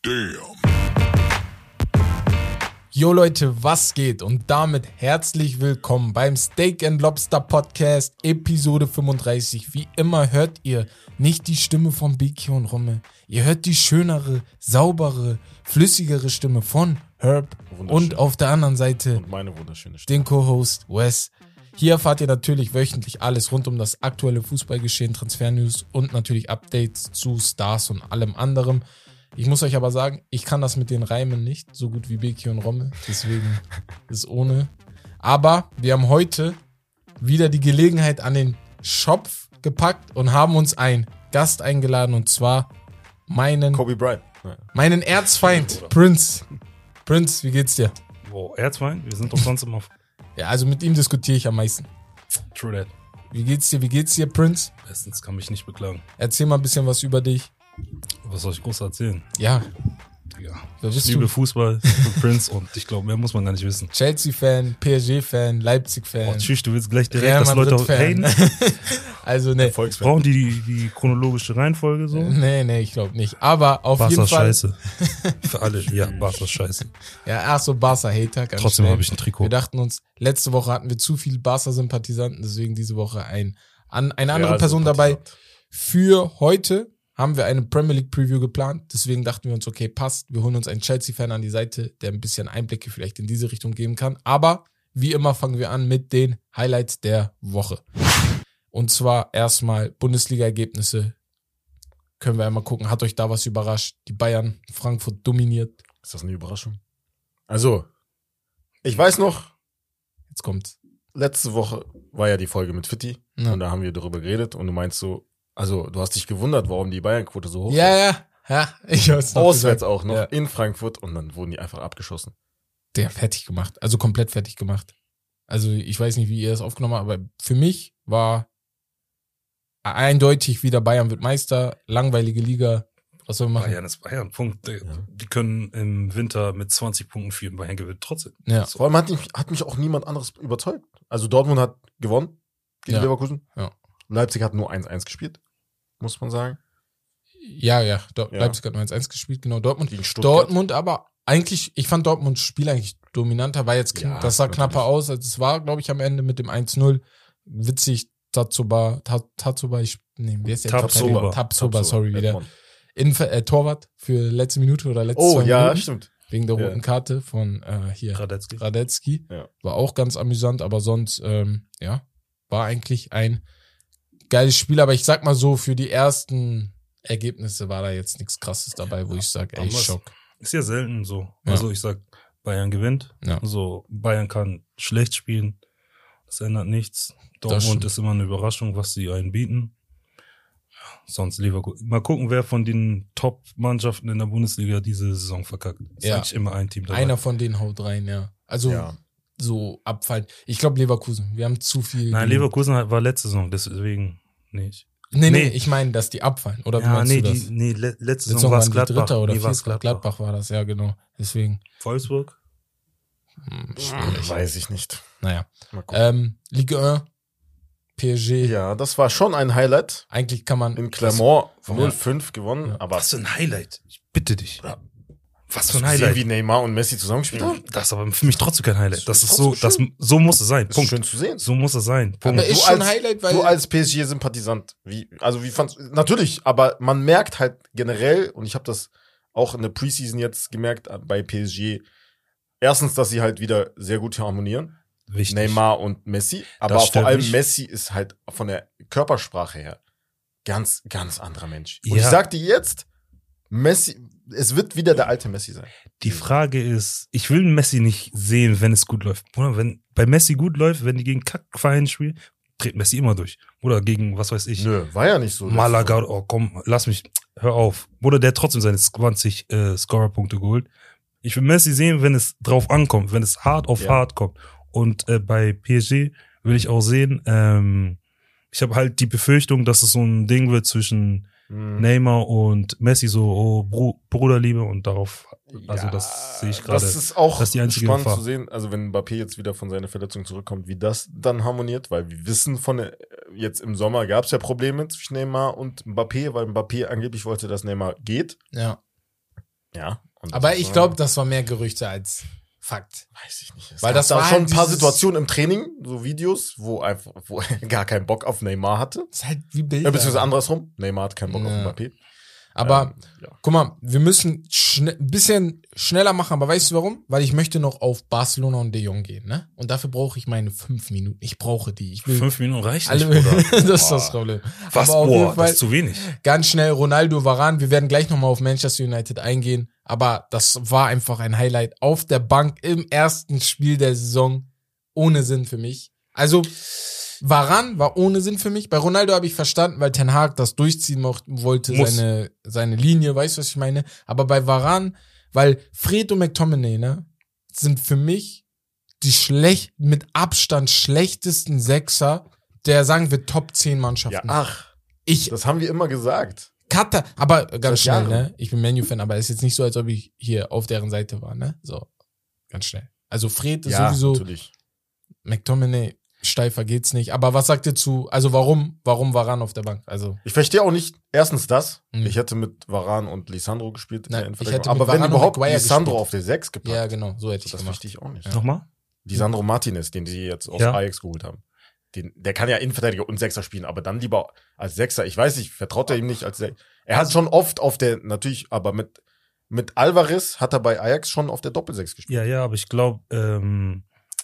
Damn. Jo Leute, was geht? Und damit herzlich willkommen beim Steak & Lobster Podcast, Episode 35. Wie immer hört ihr nicht die Stimme von Biki und Rommel. Ihr hört die schönere, saubere, flüssigere Stimme von Herb und auf der anderen Seite Und meine wunderschöne Stimme. den Co-Host Wes. Hier erfahrt ihr natürlich wöchentlich alles rund um das aktuelle Fußballgeschehen, Transfernews und natürlich Updates zu Stars und allem anderem. Ich muss euch aber sagen, ich kann das mit den Reimen nicht so gut wie Beki und Rommel, deswegen ist ohne. Aber wir haben heute wieder die Gelegenheit an den Schopf gepackt und haben uns einen Gast eingeladen, und zwar meinen Erzfeind Prince. Prince, wie geht's dir? Boah, Erzfeind? Wir sind doch sonst immer... Ja, also mit ihm diskutiere ich am meisten. True that. Wie geht's dir, Prince? Bestens, kann mich nicht beklagen. Erzähl mal ein bisschen was über dich. Was soll ich groß erzählen? Ja, Digga. wer Ich bist liebe du? Fußball, Prince, und ich glaube, mehr muss man gar nicht wissen. Chelsea-Fan, PSG-Fan, Leipzig-Fan, Oh, tschüss, du willst gleich direkt, Real dass Leute Madrid-Fan. haten? Also ne, Brauchen die chronologische Reihenfolge so? nee, ich glaube nicht. Aber auf Barca jeden ist Fall. scheiße. Für alle, ja, Barca ist scheiße. Ja, ach so, Barca-Hater. ganz Trotzdem schnell. habe ich ein Trikot. Wir dachten uns, letzte Woche hatten wir zu viele Barca-Sympathisanten, deswegen diese Woche eine andere Person dabei. Für heute haben wir eine Premier League Preview geplant, deswegen dachten wir uns, okay, passt, wir holen uns einen Chelsea-Fan an die Seite, der ein bisschen Einblicke vielleicht in diese Richtung geben kann. Aber wie immer fangen wir an mit den Highlights der Woche. Und zwar erstmal Bundesliga-Ergebnisse. Können wir einmal gucken, hat euch da was überrascht? Die Bayern, Frankfurt dominiert. Ist das eine Überraschung? Also, ich weiß noch, Jetzt kommt's. letzte Woche war ja die Folge mit Fitti Ja. und da haben wir darüber geredet und du meinst so, also du hast dich gewundert, warum die Bayern-Quote so hoch ist. Ja, ich hab's noch Auswärts gesagt. auch noch, Ja. in Frankfurt, und dann wurden die einfach abgeschossen. Der fertig gemacht, also komplett fertig gemacht. Also ich weiß nicht, wie ihr das aufgenommen habt, aber für mich war eindeutig wieder Bayern wird Meister, langweilige Liga, was soll man machen? Bayern ist Bayern, Punkt. Die können im Winter mit 20 Punkten führen, Bayern gewinnt trotzdem. Ja, Vor allem hat mich auch niemand anderes überzeugt. Also Dortmund hat gewonnen gegen Ja. Leverkusen. Ja. Leipzig hat nur 1-1 gespielt, muss man sagen. ja. Ja. Leipzig hat 1-1 gespielt, genau, Dortmund. Gegen Stuttgart. Dortmund aber eigentlich, ich fand Dortmunds Spiel eigentlich dominanter, war jetzt, Ja, das sah natürlich. knapper aus, als es war, glaube ich, am Ende mit dem 1-0. Witzig, Tabsoba, wie heißt der? Tabsoba, sorry, wieder. Edmond. Torwart für letzte Minute oder letzte Oh, 2 ja, Minuten. stimmt. Wegen der Ja. roten Karte von hier Radetzky. Radetzky. Ja. War auch ganz amüsant, aber sonst, war eigentlich ein geiles Spiel. Aber ich sag mal so, für die ersten Ergebnisse war da jetzt nichts Krasses dabei, wo ich sage, ey, Aber es Schock. Ist ja selten so. Ja. Also ich sag, Bayern gewinnt. Ja. So, Bayern kann schlecht spielen. Das ändert nichts. Dortmund stimmt. ist immer eine Überraschung, was sie einen bieten. Ja, sonst Leverkusen. Mal gucken, wer von den Top-Mannschaften in der Bundesliga diese Saison verkackt. Ist Ja. eigentlich immer ein Team dabei. Einer von denen haut rein, ja. Also Ja. so abfallen. Ich glaube Leverkusen. Wir haben zu viel. Nein, Leverkusen war letzte Saison, deswegen nicht. Nee, Nee. ich meine, dass die abfallen. Oder wie Ja, meinst nee, du das? letzte Saison Saison war es waren die Gladbach. Dritter oder war's Vierter. Gladbach war das, ja, genau. Deswegen, Wolfsburg? schwierig. Weiß ich nicht. Naja. Mal gucken. Ligue 1, PSG. Ja, das war schon ein Highlight. Eigentlich kann man. In Clermont Ja. 0-5 gewonnen, Ja. aber Was für ein Highlight. Ich bitte dich. Ja. Was hast für du ein gesehen, Highlight. wie Neymar und Messi zusammengespielt haben? Das ist aber für mich trotzdem kein Highlight. Das Das ist ist so, trotzdem so muss es sein. Das ist Punkt. schön zu sehen. So muss es sein. Punkt. Aber ist schon ein Highlight, weil. Du als PSG-Sympathisant, wie fandst natürlich, aber man merkt halt generell, und ich habe das auch in der Preseason jetzt gemerkt bei PSG, erstens, dass sie halt wieder sehr gut harmonieren, Wichtig. Neymar und Messi, aber Das vor stört allem mich. Messi ist halt von der Körpersprache her ganz, ganz anderer Mensch. Und Ja. ich sag dir jetzt, Messi, es wird wieder der alte Messi sein. Die Frage ist, ich will Messi nicht sehen, wenn es gut läuft. Oder wenn bei Messi gut läuft, wenn die gegen Kackvereine spielen, dreht Messi immer durch. Oder gegen, was weiß ich, Nö, war ja nicht so. Malaga, oh komm, lass mich, hör auf. Oder der hat trotzdem seine 20 Scorer-Punkte geholt. Ich will Messi sehen, wenn es drauf ankommt, wenn es hart auf Ja. hart kommt. Und bei PSG will ich auch sehen, ich habe halt die Befürchtung, dass es so ein Ding wird zwischen Neymar und Messi, so Bruderliebe, und darauf, also das sehe ich gerade. Das ist auch das ist die einzige spannend Gefahr. zu sehen, also wenn Mbappé jetzt wieder von seiner Verletzung zurückkommt, wie das dann harmoniert, weil wir wissen jetzt im Sommer gab es ja Probleme zwischen Neymar und Mbappé, weil Mbappé angeblich wollte, dass Neymar geht. Ja. Ja. Aber ich glaube, das war mehr Gerüchte als Fakt. Weiß ich nicht. Weil das war schon ein halt paar Situationen im Training, so Videos, wo er gar keinen Bock auf Neymar hatte. Das ist halt wie Bilder. Beziehungsweise andersrum. Neymar hat keinen Bock auf Mbappé. Aber guck mal, wir müssen ein bisschen schneller machen, aber weißt du warum? Weil ich möchte noch auf Barcelona und De Jong gehen, ne? Und dafür brauche ich meine 5 Minuten. Ich brauche die. Ich will 5 Minuten reicht nicht, Bruder. Bruder. Das ist das Problem. Was? Aber auf jeden Fall Das ist zu wenig. ganz schnell Ronaldo, Varane. Wir werden gleich nochmal auf Manchester United eingehen. Aber das war einfach ein Highlight auf der Bank im ersten Spiel der Saison. Ohne Sinn für mich. Also Varane war ohne Sinn für mich. Bei Ronaldo habe ich verstanden, weil Ten Hag das durchziehen wollte, seine Linie, weißt du, was ich meine? Aber bei Varane, weil Fred und McTominay, ne, sind für mich die mit Abstand schlechtesten Sechser der, sagen wir, Top 10 Mannschaften. Ja, das haben wir immer gesagt. Aber ganz schnell, Jahren. ne? Ich bin Man-U-Fan, aber es ist jetzt nicht so, als ob ich hier auf deren Seite war, ne? So, ganz schnell. Also Fred ist sowieso, natürlich. McTominay, steifer geht's nicht. Aber was sagt ihr zu, also warum Varane auf der Bank? Also Ich verstehe auch nicht, erstens das, ich hätte mit Varane und Lisandro gespielt. Nein, aber wenn überhaupt Lisandro auf der 6 gepackt. Ja, genau, so hätte ich das gemacht. verstehe ich auch nicht. Ja. Nochmal? Lisandro Martinez, den sie jetzt aus Ajax geholt haben. Der kann ja Innenverteidiger und Sechser spielen, aber dann lieber als Sechser. Ich weiß nicht, vertraut er ihm nicht als Sechser. Er hat schon oft natürlich, aber mit Alvarez hat er bei Ajax schon auf der Doppelsechs gespielt. Ja, aber ich glaube,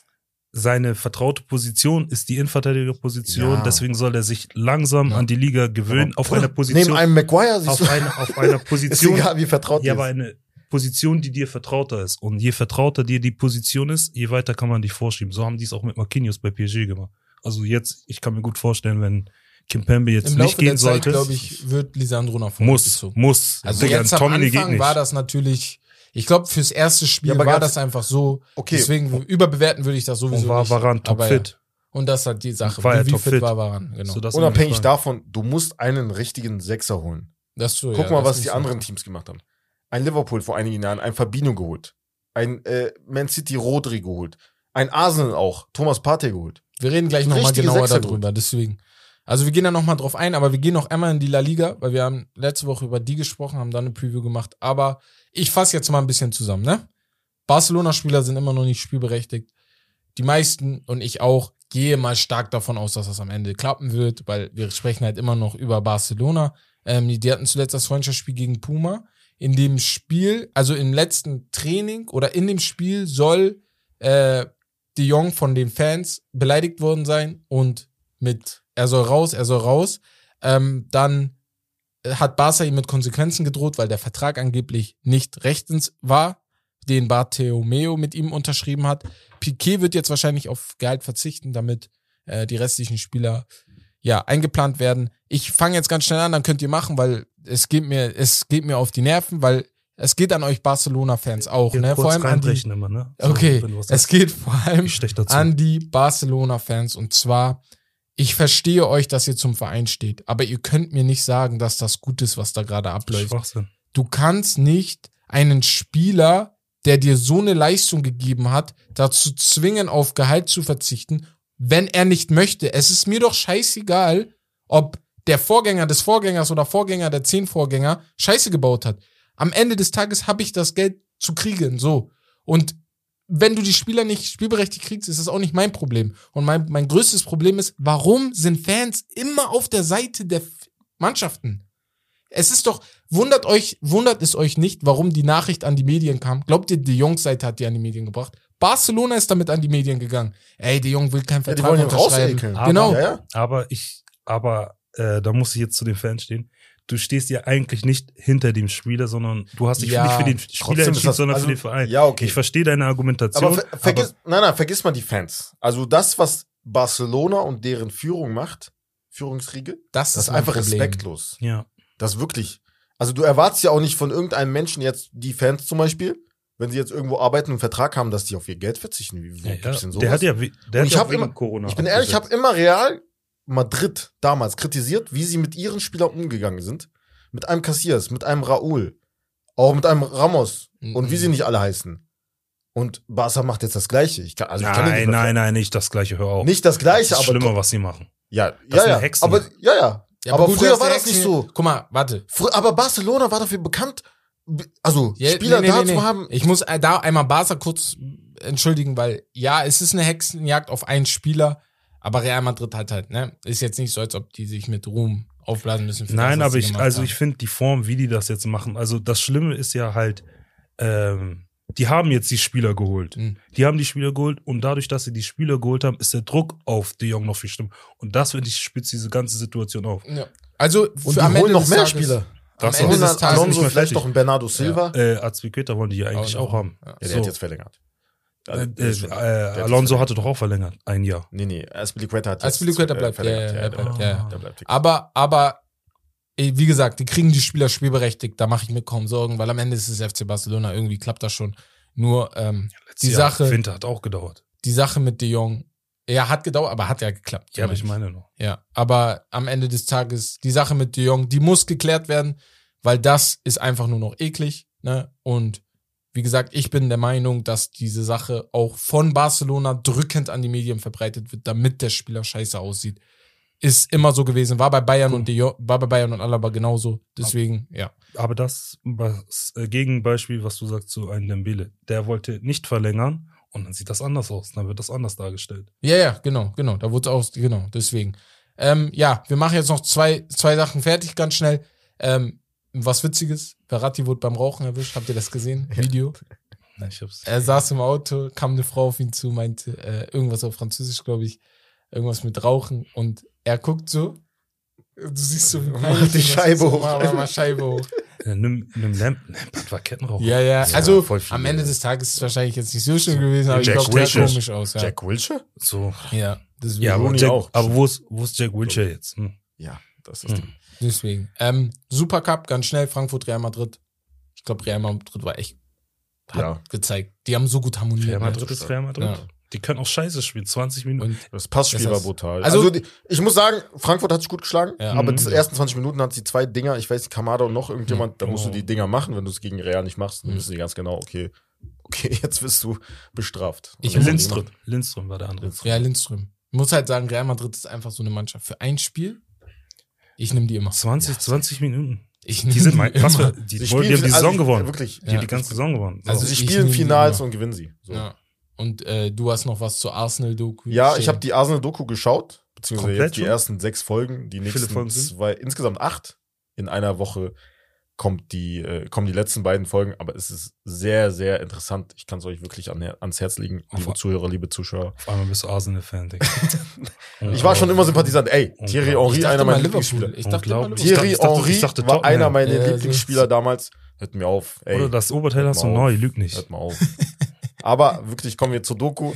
seine vertraute Position ist die Innenverteidigerposition, deswegen soll er sich langsam an die Liga gewöhnen, auf einer Position. Neben einem Maguire auf einer Position. Ist egal, wie vertraut ja, aber eine Position, die dir vertrauter ist. Und je vertrauter dir die Position ist, je weiter kann man dich vorschieben. So haben die es auch mit Marquinhos bei PSG gemacht. Also jetzt, ich kann mir gut vorstellen, wenn Kimpembe jetzt nicht gehen sollte. Glaube ich, wird Lisandro nach vorne gezogen. Muss. Also jetzt am Anfang war das natürlich, ich glaube, fürs erste Spiel war das einfach so. Okay. Deswegen überbewerten würde ich das sowieso nicht. Und war Varane topfit. Und das hat die Sache. Wie fit war Varane, genau. So, unabhängig davon, du musst einen richtigen Sechser holen. Guck mal, was die anderen Teams gemacht haben. Ein Liverpool vor einigen Jahren, ein Fabinho geholt. Ein Man City Rodri geholt. Ein Arsenal auch, Thomas Partey geholt. Wir reden gleich nochmal genauer darüber, deswegen. Also wir gehen da nochmal drauf ein, aber wir gehen noch einmal in die La Liga, weil wir haben letzte Woche über die gesprochen, haben dann eine Preview gemacht, aber ich fasse jetzt mal ein bisschen zusammen, ne? Barcelona-Spieler sind immer noch nicht spielberechtigt. Die meisten und ich auch gehe mal stark davon aus, dass das am Ende klappen wird, weil wir sprechen halt immer noch über Barcelona. Die hatten zuletzt das Freundschaftsspiel gegen Puma. In dem Spiel, also im letzten Training oder in dem Spiel soll De Jong von den Fans beleidigt worden sein und er soll raus. Dann hat Barca ihm mit Konsequenzen gedroht, weil der Vertrag angeblich nicht rechtens war, den Bartomeu mit ihm unterschrieben hat. Piqué wird jetzt wahrscheinlich auf Gehalt verzichten, damit die restlichen Spieler eingeplant werden. Ich fange jetzt ganz schnell an, dann könnt ihr machen, weil es geht mir auf die Nerven, weil es geht an euch Barcelona-Fans auch, ne? Vor allem an die, immer, ne? So, okay, es geht vor allem an die Barcelona-Fans und zwar, ich verstehe euch, dass ihr zum Verein steht, aber ihr könnt mir nicht sagen, dass das gut ist, was da gerade abläuft. Schwachsinn. Du kannst nicht einen Spieler, der dir so eine Leistung gegeben hat, dazu zwingen, auf Gehalt zu verzichten, wenn er nicht möchte. Es ist mir doch scheißegal, ob der Vorgänger des Vorgängers oder Vorgänger der 10 Vorgänger Scheiße gebaut hat. Am Ende des Tages habe ich das Geld zu kriegen, so. Und wenn du die Spieler nicht spielberechtigt kriegst, ist das auch nicht mein Problem. Und mein größtes Problem ist, warum sind Fans immer auf der Seite der Mannschaften? Es ist doch, wundert es euch nicht, warum die Nachricht an die Medien kam. Glaubt ihr, De Jongs Seite hat die an die Medien gebracht? Barcelona ist damit an die Medien gegangen. Ey, De Jong will keinen Vertrag unterschreiben. Genau. Aber da muss ich jetzt zu den Fans stehen. Du stehst ja eigentlich nicht hinter dem Spieler, sondern du hast dich nicht für den Spieler entschieden, sondern für den Verein. Ja, okay. Ich verstehe deine Argumentation. Aber vergiss mal die Fans. Also das, was Barcelona und deren Führung macht, Führungsriege, das ist einfach respektlos. Ja. Das ist wirklich. Also du erwartest ja auch nicht von irgendeinem Menschen jetzt, die Fans zum Beispiel, wenn sie jetzt irgendwo arbeiten und einen Vertrag haben, dass die auf ihr Geld verzichten. Wie gibt's denn sowas? Der hat ja wegen Corona. Ich bin ehrlich, ich habe immer Real Madrid damals kritisiert, wie sie mit ihren Spielern umgegangen sind. Mit einem Casillas, mit einem Raúl, auch mit einem Ramos und wie sie nicht alle heißen. Und Barca macht jetzt das Gleiche. Nein, nicht das Gleiche, hör auf. Nicht das Gleiche, aber schlimmer, was sie machen. Ja, das sind Hexen. Aber Ja, aber gut, früher war das nicht so. Guck mal, warte. Aber Barcelona war dafür bekannt, also Spieler da zu haben. Ich muss da einmal Barca kurz entschuldigen, weil ja, es ist eine Hexenjagd auf einen Spieler, aber Real Madrid hat halt, ne, ist jetzt nicht so, als ob die sich mit Ruhm aufblasen müssen. Für Nein, das, aber ich finde die Form, wie die das jetzt machen, also das Schlimme ist ja halt, die haben jetzt die Spieler geholt. Die haben die Spieler geholt und dadurch, dass sie die Spieler geholt haben, ist der Druck auf De Jong noch viel schlimmer. Und das, finde ich, spitzt diese ganze Situation auf. Ja. Also, und die holen noch mehr Spieler. Das holen Alonso, vielleicht noch ein Bernardo Silva. Azpilicueta wollen die ja eigentlich auch haben. Ja, der hat jetzt verlängert. Alonso hatte doch auch verlängert, ein Jahr. Nee, Azpilicueta hat jetzt bleibt. verlängert. Der bleibt. Aber wie gesagt, die kriegen die Spieler spielberechtigt, da mache ich mir kaum Sorgen, weil am Ende ist es FC Barcelona, irgendwie klappt das schon. Nur die Sache. Winter hat auch gedauert. Die Sache mit De Jong, ja, hat gedauert, aber hat ja geklappt. Ja, aber ich meine noch. Ja, aber am Ende des Tages, die Sache mit De Jong, die muss geklärt werden, weil das ist einfach nur noch eklig, ne? Und wie gesagt, ich bin der Meinung, dass diese Sache auch von Barcelona drückend an die Medien verbreitet wird, damit der Spieler scheiße aussieht. Ist immer so gewesen, war bei Bayern und Alaba genauso. Deswegen, ja. Aber das Gegenbeispiel, was du sagst zu einem Dembele, der wollte nicht verlängern und dann sieht das anders aus, dann wird das anders dargestellt. Ja, genau. Da wurde es auch, genau, deswegen. Ja, wir machen jetzt noch zwei Sachen fertig, ganz schnell. Was Witziges, Verratti wurde beim Rauchen erwischt, habt ihr das gesehen? Video? Er saß im Auto, kam eine Frau auf ihn zu, meinte irgendwas auf Französisch, glaube ich, irgendwas mit Rauchen und er guckt so, du siehst so, wie mach die Scheibe hoch. Mach Scheibe hoch. Nimm Lampen, war Kettenrauch. Ja, also am Ende des Tages ist es wahrscheinlich jetzt nicht so schön gewesen, aber ich glaube, der sah komisch aus. Ja. Jack Wilshere? So. Ja, deswegen. Ja, aber, auch. Aber wo ist Jack Wilshere jetzt? Ja, das ist deswegen. Supercup, ganz schnell, Frankfurt, Real Madrid. Ich glaube, Real Madrid war echt gezeigt. Die haben so gut harmoniert. Real Madrid ist Real Madrid. Ja. Die können auch scheiße spielen, 20 Minuten. Und das Passspiel war brutal. Also ich muss sagen, Frankfurt hat sich gut geschlagen, aber die ersten 20 Minuten hat sie 2 Dinger, ich weiß nicht, Kamada und noch irgendjemand, da musst du die Dinger machen, wenn du es gegen Real nicht machst, dann wissen die ganz genau, okay, jetzt wirst du bestraft. Lindström war der andere. Ja, Lindström. Ich muss halt sagen, Real Madrid ist einfach so eine Mannschaft. Für ein Spiel, ich nehme die immer. 20 Minuten. Die haben die die Saison gewonnen. Wirklich. Die haben die ganze Saison gewonnen. Also sie spielen Finals und gewinnen sie. So. Ja. Und du hast noch was zur Arsenal-Doku? Ja, ich habe die Arsenal-Doku geschaut, beziehungsweise jetzt die ersten 6 Folgen, die nächsten 2, insgesamt 8. In einer Woche kommen die letzten beiden Folgen, aber es ist sehr, sehr interessant. Ich kann es euch wirklich ans Herz legen, liebe Zuhörer, liebe Zuschauer. Auf einmal bist du Arsenal-Fan, Digga. Ich war schon immer Sympathisant. Ey, Thierry Henry, einer meiner Lieblingsspieler. Thierry Henry war einer meiner Lieblingsspieler damals. Hört mir auf. Ey, oder das Oberteil hast du neu, lüg nicht. Hört mal auf. Aber wirklich, kommen wir zur Doku.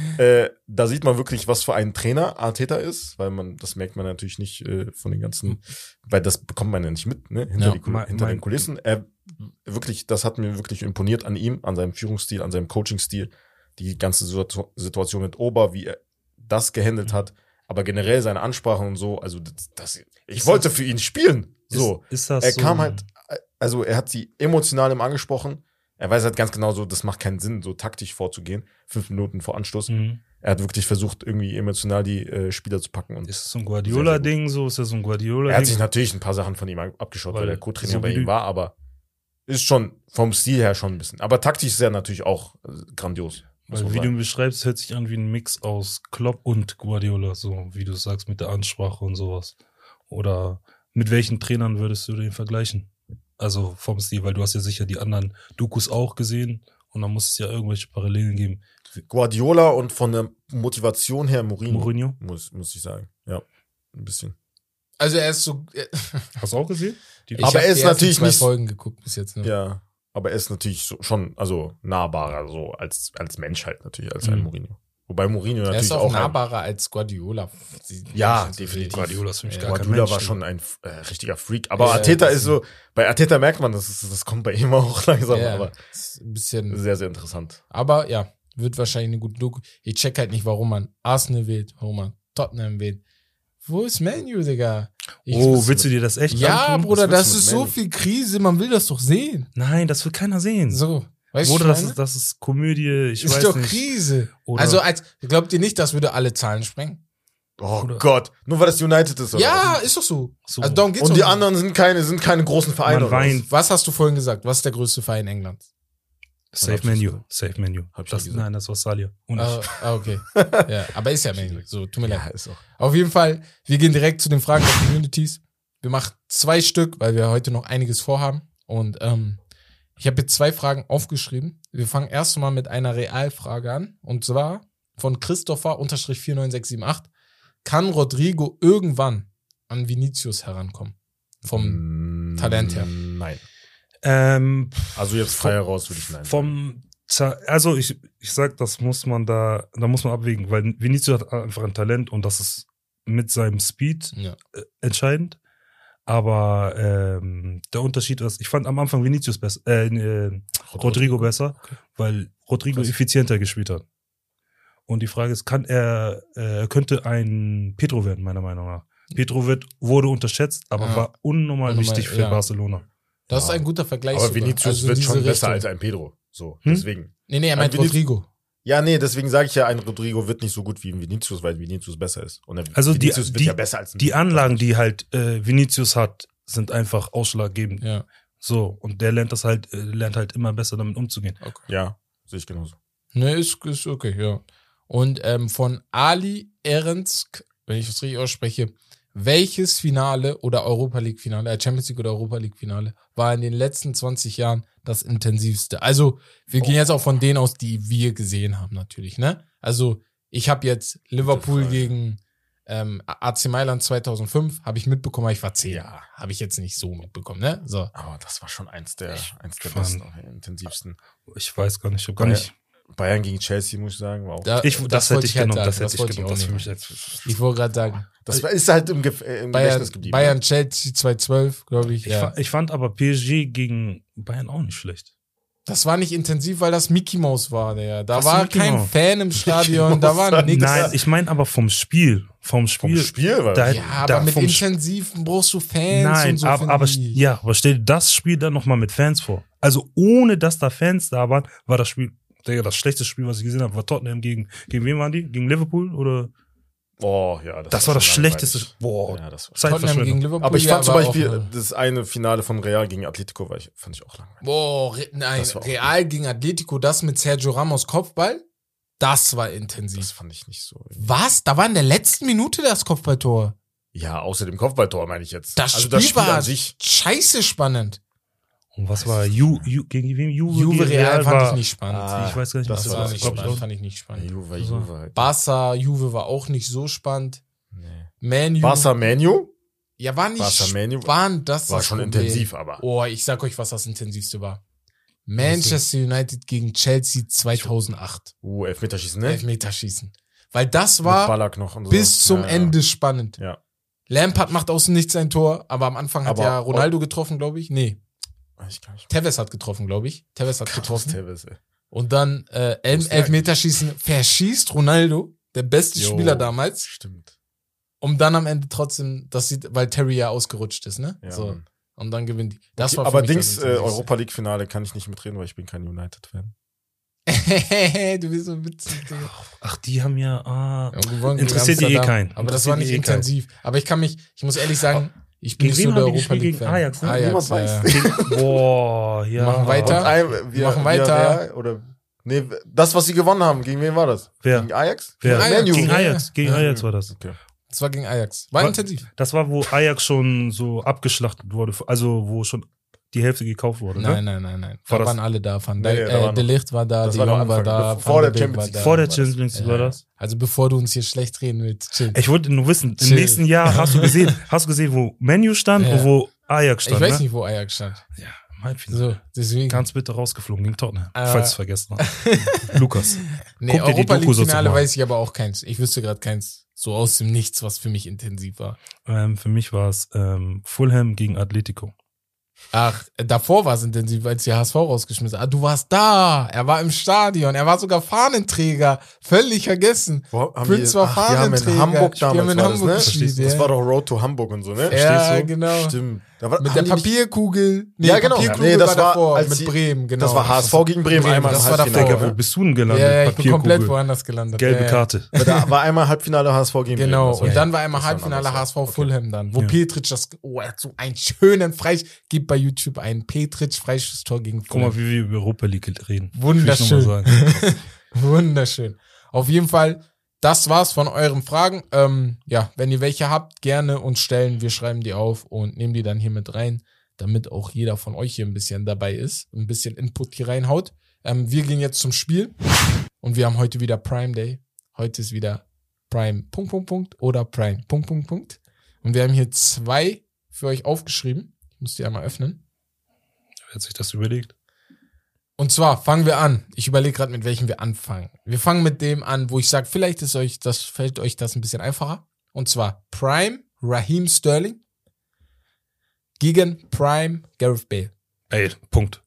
Da sieht man wirklich, was für ein Trainer Arteta ist, weil das merkt man natürlich nicht von den ganzen, weil das bekommt man ja nicht mit, ne? Hinter den Kulissen. Wirklich, das hat mir wirklich imponiert an ihm, an seinem Führungsstil, an seinem Coachingstil, die ganze Situation mit Ober, wie er das gehandelt hat, aber generell seine Ansprachen und so, also ich wollte für ihn spielen. So. Ist das er kam halt, also er hat sie emotional im angesprochen. Er weiß halt ganz genau so, das macht keinen Sinn, so taktisch vorzugehen, 5 Minuten vor Anstoß. Er hat wirklich versucht, irgendwie emotional die Spieler zu packen. Und ist das so ein Guardiola-Ding? Ist das so ein Guardiola-Ding? Er hat sich natürlich ein paar Sachen von ihm abgeschaut, weil der Co-Trainer bei ihm war, aber ist schon vom Stil her schon ein bisschen. Aber taktisch ist er natürlich auch grandios. Weil wie du ihn beschreibst, hört sich an wie ein Mix aus Klopp und Guardiola, so wie du sagst, mit der Ansprache und sowas. Oder mit welchen Trainern würdest du den vergleichen? Also vom Stil, weil du hast ja sicher die anderen Dokus auch gesehen und dann muss es ja irgendwelche Parallelen geben. Guardiola und von der Motivation her Mourinho? Muss ich sagen. Ja, ein bisschen. Also er ist so... Hast du auch gesehen? Aber er ist natürlich nicht... 2 Folgen geguckt bis jetzt. Ne? Ja, aber er ist natürlich schon nahbarer so als Mensch halt natürlich, als ein Mourinho. Wobei Mourinho natürlich auch... Er ist auch nahbarer als Guardiola. Ja, definitiv. Guardiola ist für mich gar kein Guardiola Mensch, war schon ein richtiger Freak. Aber Arteta ist so... Bei Arteta merkt man, das kommt bei ihm auch langsam. Ja, aber ein bisschen... Sehr, sehr interessant. Aber ja, wird wahrscheinlich eine gute Doku. Ich check halt nicht, warum man Arsenal wählt, warum man Tottenham wählt. Wo ist Man U, Digga? Willst du dir das echt Ja, antun? Bruder, das ist so viel Krise. Man will das doch sehen. Nein, das will keiner sehen. So. Weißt du, das ist Komödie, ich weiß nicht. Ist doch Krise. Oder also, glaubt ihr nicht, das würde alle Zahlen sprengen? Oh Gott, nur weil das United ist, oder? Ja, ist doch so. So. Also darum geht's Und doch die nicht. anderen sind keine großen Vereine. Man oder was? weint. Was hast du vorhin gesagt? Was ist der größte Verein Englands? Safe Menu. Safe Menu. Hab ich ja gesagt. Nein, das war Salia. Und Okay. Ja, aber ist ja Menu. So, tut mir Ja, leid. ist auch. Auf jeden Fall, wir gehen direkt zu den Fragen der Communities. Wir machen 2 Stück, weil wir heute noch einiges vorhaben. Und ich habe jetzt 2 Fragen aufgeschrieben. Wir fangen erst mal mit einer Realfrage an. Und zwar von Christopher_49678. Kann Rodrigo irgendwann an Vinicius herankommen? Vom Talent her. Nein. Also jetzt frei heraus würde ich nein. Also ich sag, da muss man abwägen, weil Vinicius hat einfach ein Talent und das ist mit seinem Speed entscheidend. Aber der Unterschied ist, ich fand am Anfang Vinicius besser, Rodrigo besser, weil Rodrigo effizienter gespielt hat. Und die Frage ist, könnte ein Pedro werden, meiner Meinung nach. Pedro wurde unterschätzt, aber war unnormal wichtig für Barcelona. Das ist ein guter Vergleich. Aber Vinicius wird schon besser als ein Pedro. So, deswegen. Nee, er meint Rodrigo. Ja, nee, deswegen sage ich ja, ein Rodrigo wird nicht so gut wie ein Vinicius, weil Vinicius besser ist. Und also Vinicius wird ja besser als ein die Anlagen, die halt Vinicius hat, sind einfach ausschlaggebend. Ja. So, und der lernt halt immer besser damit umzugehen. Okay. Ja, sehe ich genauso. Ne, ist okay, ja. Und von Ali Ehrensk, wenn ich das richtig ausspreche, welches Finale oder Europa League Finale, Champions League oder Europa League Finale war in den letzten 20 Jahren das intensivste? Also, wir gehen jetzt auch von denen aus, die wir gesehen haben natürlich, ne? Also, ich habe jetzt Liverpool gegen AC Mailand 2005, habe ich mitbekommen, ich war 10. Ja, habe ich jetzt nicht so mitbekommen, ne? So. Aber das war schon eins der besten, intensivsten. Ich weiß gar nicht, ich habe gar nicht. Bayern gegen Chelsea, muss ich sagen, war auch. Das hätte ich genommen, das hätte ich genommen. Ich wollte gerade sagen. Das ist halt im Gedächtnis geblieben. Bayern, Chelsea 2012, glaube ich. Ich fand aber PSG gegen Bayern auch nicht schlecht. Das war nicht intensiv, weil das Mickey Mouse war, der. Da war kein Fan im Stadion, da war nichts. Nein, ich meine aber vom Spiel. Vom Spiel war das. Ja, aber mit Intensiven brauchst du Fans. Nein, und so. aber stell dir das Spiel dann nochmal mit Fans vor. Also ohne, dass da Fans da waren, war das Spiel, das schlechteste Spiel, was ich gesehen habe, war Tottenham gegen wen waren die? Gegen Liverpool oder? Oh, ja. Das war das schlechteste. Boah, ja, das war Tottenham gegen Liverpool. Aber ich fand zum Beispiel das eine Finale von Real gegen Atletico, fand ich auch langweilig. Boah, nein, Real gegen Atletico, das mit Sergio Ramos Kopfball, das war intensiv. Das fand ich nicht so. Was? Da war in der letzten Minute das Kopfballtor. Ja, außer dem Kopfballtor meine ich jetzt. Das Spiel war an sich scheiße spannend. Und was war gegen wem? Juve Real fand ich nicht spannend. Ich weiß gar nicht, das war nicht spannend. Fand ich nicht spannend. Juve halt. Barca, Juve war auch nicht so spannend. Nee. Man U. Barca, Man U? Ja, war nicht spannend. Das war schon Problem. intensiv, aber. Oh, ich sag euch, was das intensivste war. Manchester United gegen Chelsea 2008. Elfmeterschießen, ne? Elfmeterschießen. Weil das war Ballack noch und so. bis zum Ende spannend. Ja. Lampard macht außen nicht sein Tor, aber am Anfang hat ja Ronaldo getroffen, glaube ich. Nee. Tevez hat getroffen, glaube ich. Tevez hat getroffen. Tevez, ey. Und dann Elfmeterschießen verschießt Ronaldo, der beste Spieler damals. Stimmt. Um dann am Ende trotzdem, weil Terry ja ausgerutscht ist, ne? Ja, so. Und dann gewinnt die. Das okay, war aber Europa League Finale kann ich nicht mitreden, weil ich bin kein United-Fan. Du bist so witzig. Ach, die haben ja, interessiert die keinen. Aber das war nicht intensiv. Aber ich muss ehrlich sagen, ich bin nicht so der Europa League Fan. Ajax, ne? Niemand weiß. Boah, ja. Machen weiter. Oder nee, das, was sie gewonnen haben, gegen wen war das? Wer? Gegen Ajax? Gegen Ajax. Gegen Ajax war das. Okay. Das war gegen Ajax. War intensiv. Das war, wo Ajax schon so abgeschlachtet wurde, also wo schon die Hälfte gekauft wurde, ne? Nein. Da waren alle da. De Ligt war da, De Jong war da. Vor der Champions League. Vor der Champions League war das. Also bevor du uns hier schlecht reden willst, chill. Ich wollte nur wissen, im nächsten Jahr hast du gesehen, wo Man U stand und wo Ajax stand, Ich weiß nicht, wo Ajax stand. Ja, im Halbfinale. So, deswegen. Ganz bitter rausgeflogen gegen Tottenham, falls es vergessen hast. Lukas. Nee, Europa League Finale weiß ich aber auch keins. Ich wüsste gerade keins so aus dem Nichts, was für mich intensiv war. Für mich war es Fulham gegen Atletico. Ach, davor war es intensiv, als die HSV rausgeschmissen hat. Ah, du warst da. Er war im Stadion. Er war sogar Fahnenträger. Völlig vergessen. Prince war Fahnenträger. Die haben in Hamburg damals gespielt, das war doch Road to Hamburg und so, ne? Ja, genau. Stimmt. Mit der Papierkugel. Nee, ja, genau. Papierkugel war davor, mit Bremen, genau. Das war HSV gegen Bremen, einmal das im war Halbfinale. davor. Wo bist du denn gelandet? Ja, ich bin Papierkugel. komplett woanders gelandet. Gelbe Karte. Da war einmal Halbfinale HSV gegen Bremen. Genau, und dann war einmal Halbfinale HSV Fulham dann, wo Petric er hat so einen schönen Gib bei YouTube ein Petric Freischusstor gegen Guck Fulham. mal, wie wir über Europa League reden. Wunderschön. Wunderschön. Auf jeden Fall, das war's von euren Fragen. Wenn ihr welche habt, gerne uns stellen. Wir schreiben die auf und nehmen die dann hier mit rein, damit auch jeder von euch hier ein bisschen dabei ist, ein bisschen Input hier reinhaut. Wir gehen jetzt zum Spiel und wir haben heute wieder Prime Day. Heute ist wieder Prime ... oder Prime ... Und wir haben hier 2 für euch aufgeschrieben. Ich muss die einmal öffnen. Wer hat sich das überlegt? Und zwar fangen wir an. Ich überlege gerade, mit welchem wir anfangen. Wir fangen mit dem an, wo ich sage, vielleicht fällt euch das ein bisschen einfacher. Und zwar Prime Raheem Sterling gegen Prime Gareth Bale. Bale, Punkt.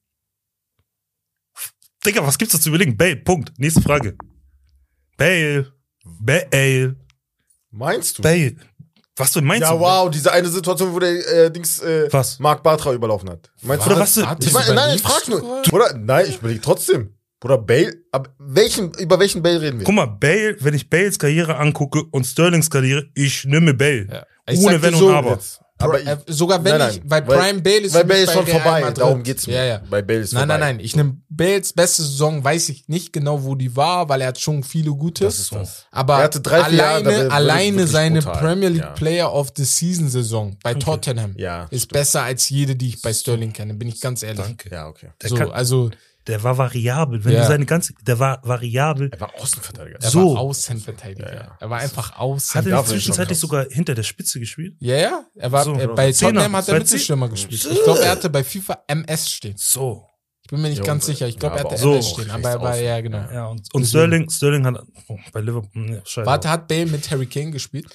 Digga, was gibt's da zu überlegen? Bale, Punkt. Nächste Frage. Bale. Meinst du? Bale. Was du meinst? Ja, du? wow, diese eine Situation, wo der Was? Marc Bartra überlaufen hat. Meinst Oder was du? Nein, ich frag nur. Nein, ich überlege trotzdem. Bruder, Bale, aber über welchen Bale reden wir? Guck mal, Bale, wenn ich Bales Karriere angucke und Sterlings Karriere, ich nehme Bale. Ja. Ohne Wenn und Aber. Aber sogar wenn weil Prime Bale ist, weil Bale ist bei schon Real vorbei, Madrid. darum geht's mir. Ja. Bei Bale ist vorbei. Nein. Ich nehme Bales beste Saison, weiß ich nicht genau, wo die war, weil er hat schon viele gute. Das ist das. Aber Er hatte 3-4 Jahre, alleine wirklich seine brutal. Premier League Ja. Player of the Season Saison bei Tottenham ist besser als jede, die ich bei Sterling kenne, bin ich ganz ehrlich. Danke. Ja, okay. Der war variabel. Wenn du der war variabel. Er war Außenverteidiger. Er war Außenverteidiger. Ja. Er war einfach Hat er zwischenzeitlich sogar hinter der Spitze gespielt? Ja. Er war bei Tottenham hat er Mittelstürmer gespielt. Ich glaube, er hatte bei FIFA MS stehen. So. Ich bin mir nicht ganz sicher. Ich glaube, er hatte so. MS stehen. Aber er war, ja, genau. Ja, und Sterling hat bei Liverpool. Warte, hat Bale mit Harry Kane gespielt?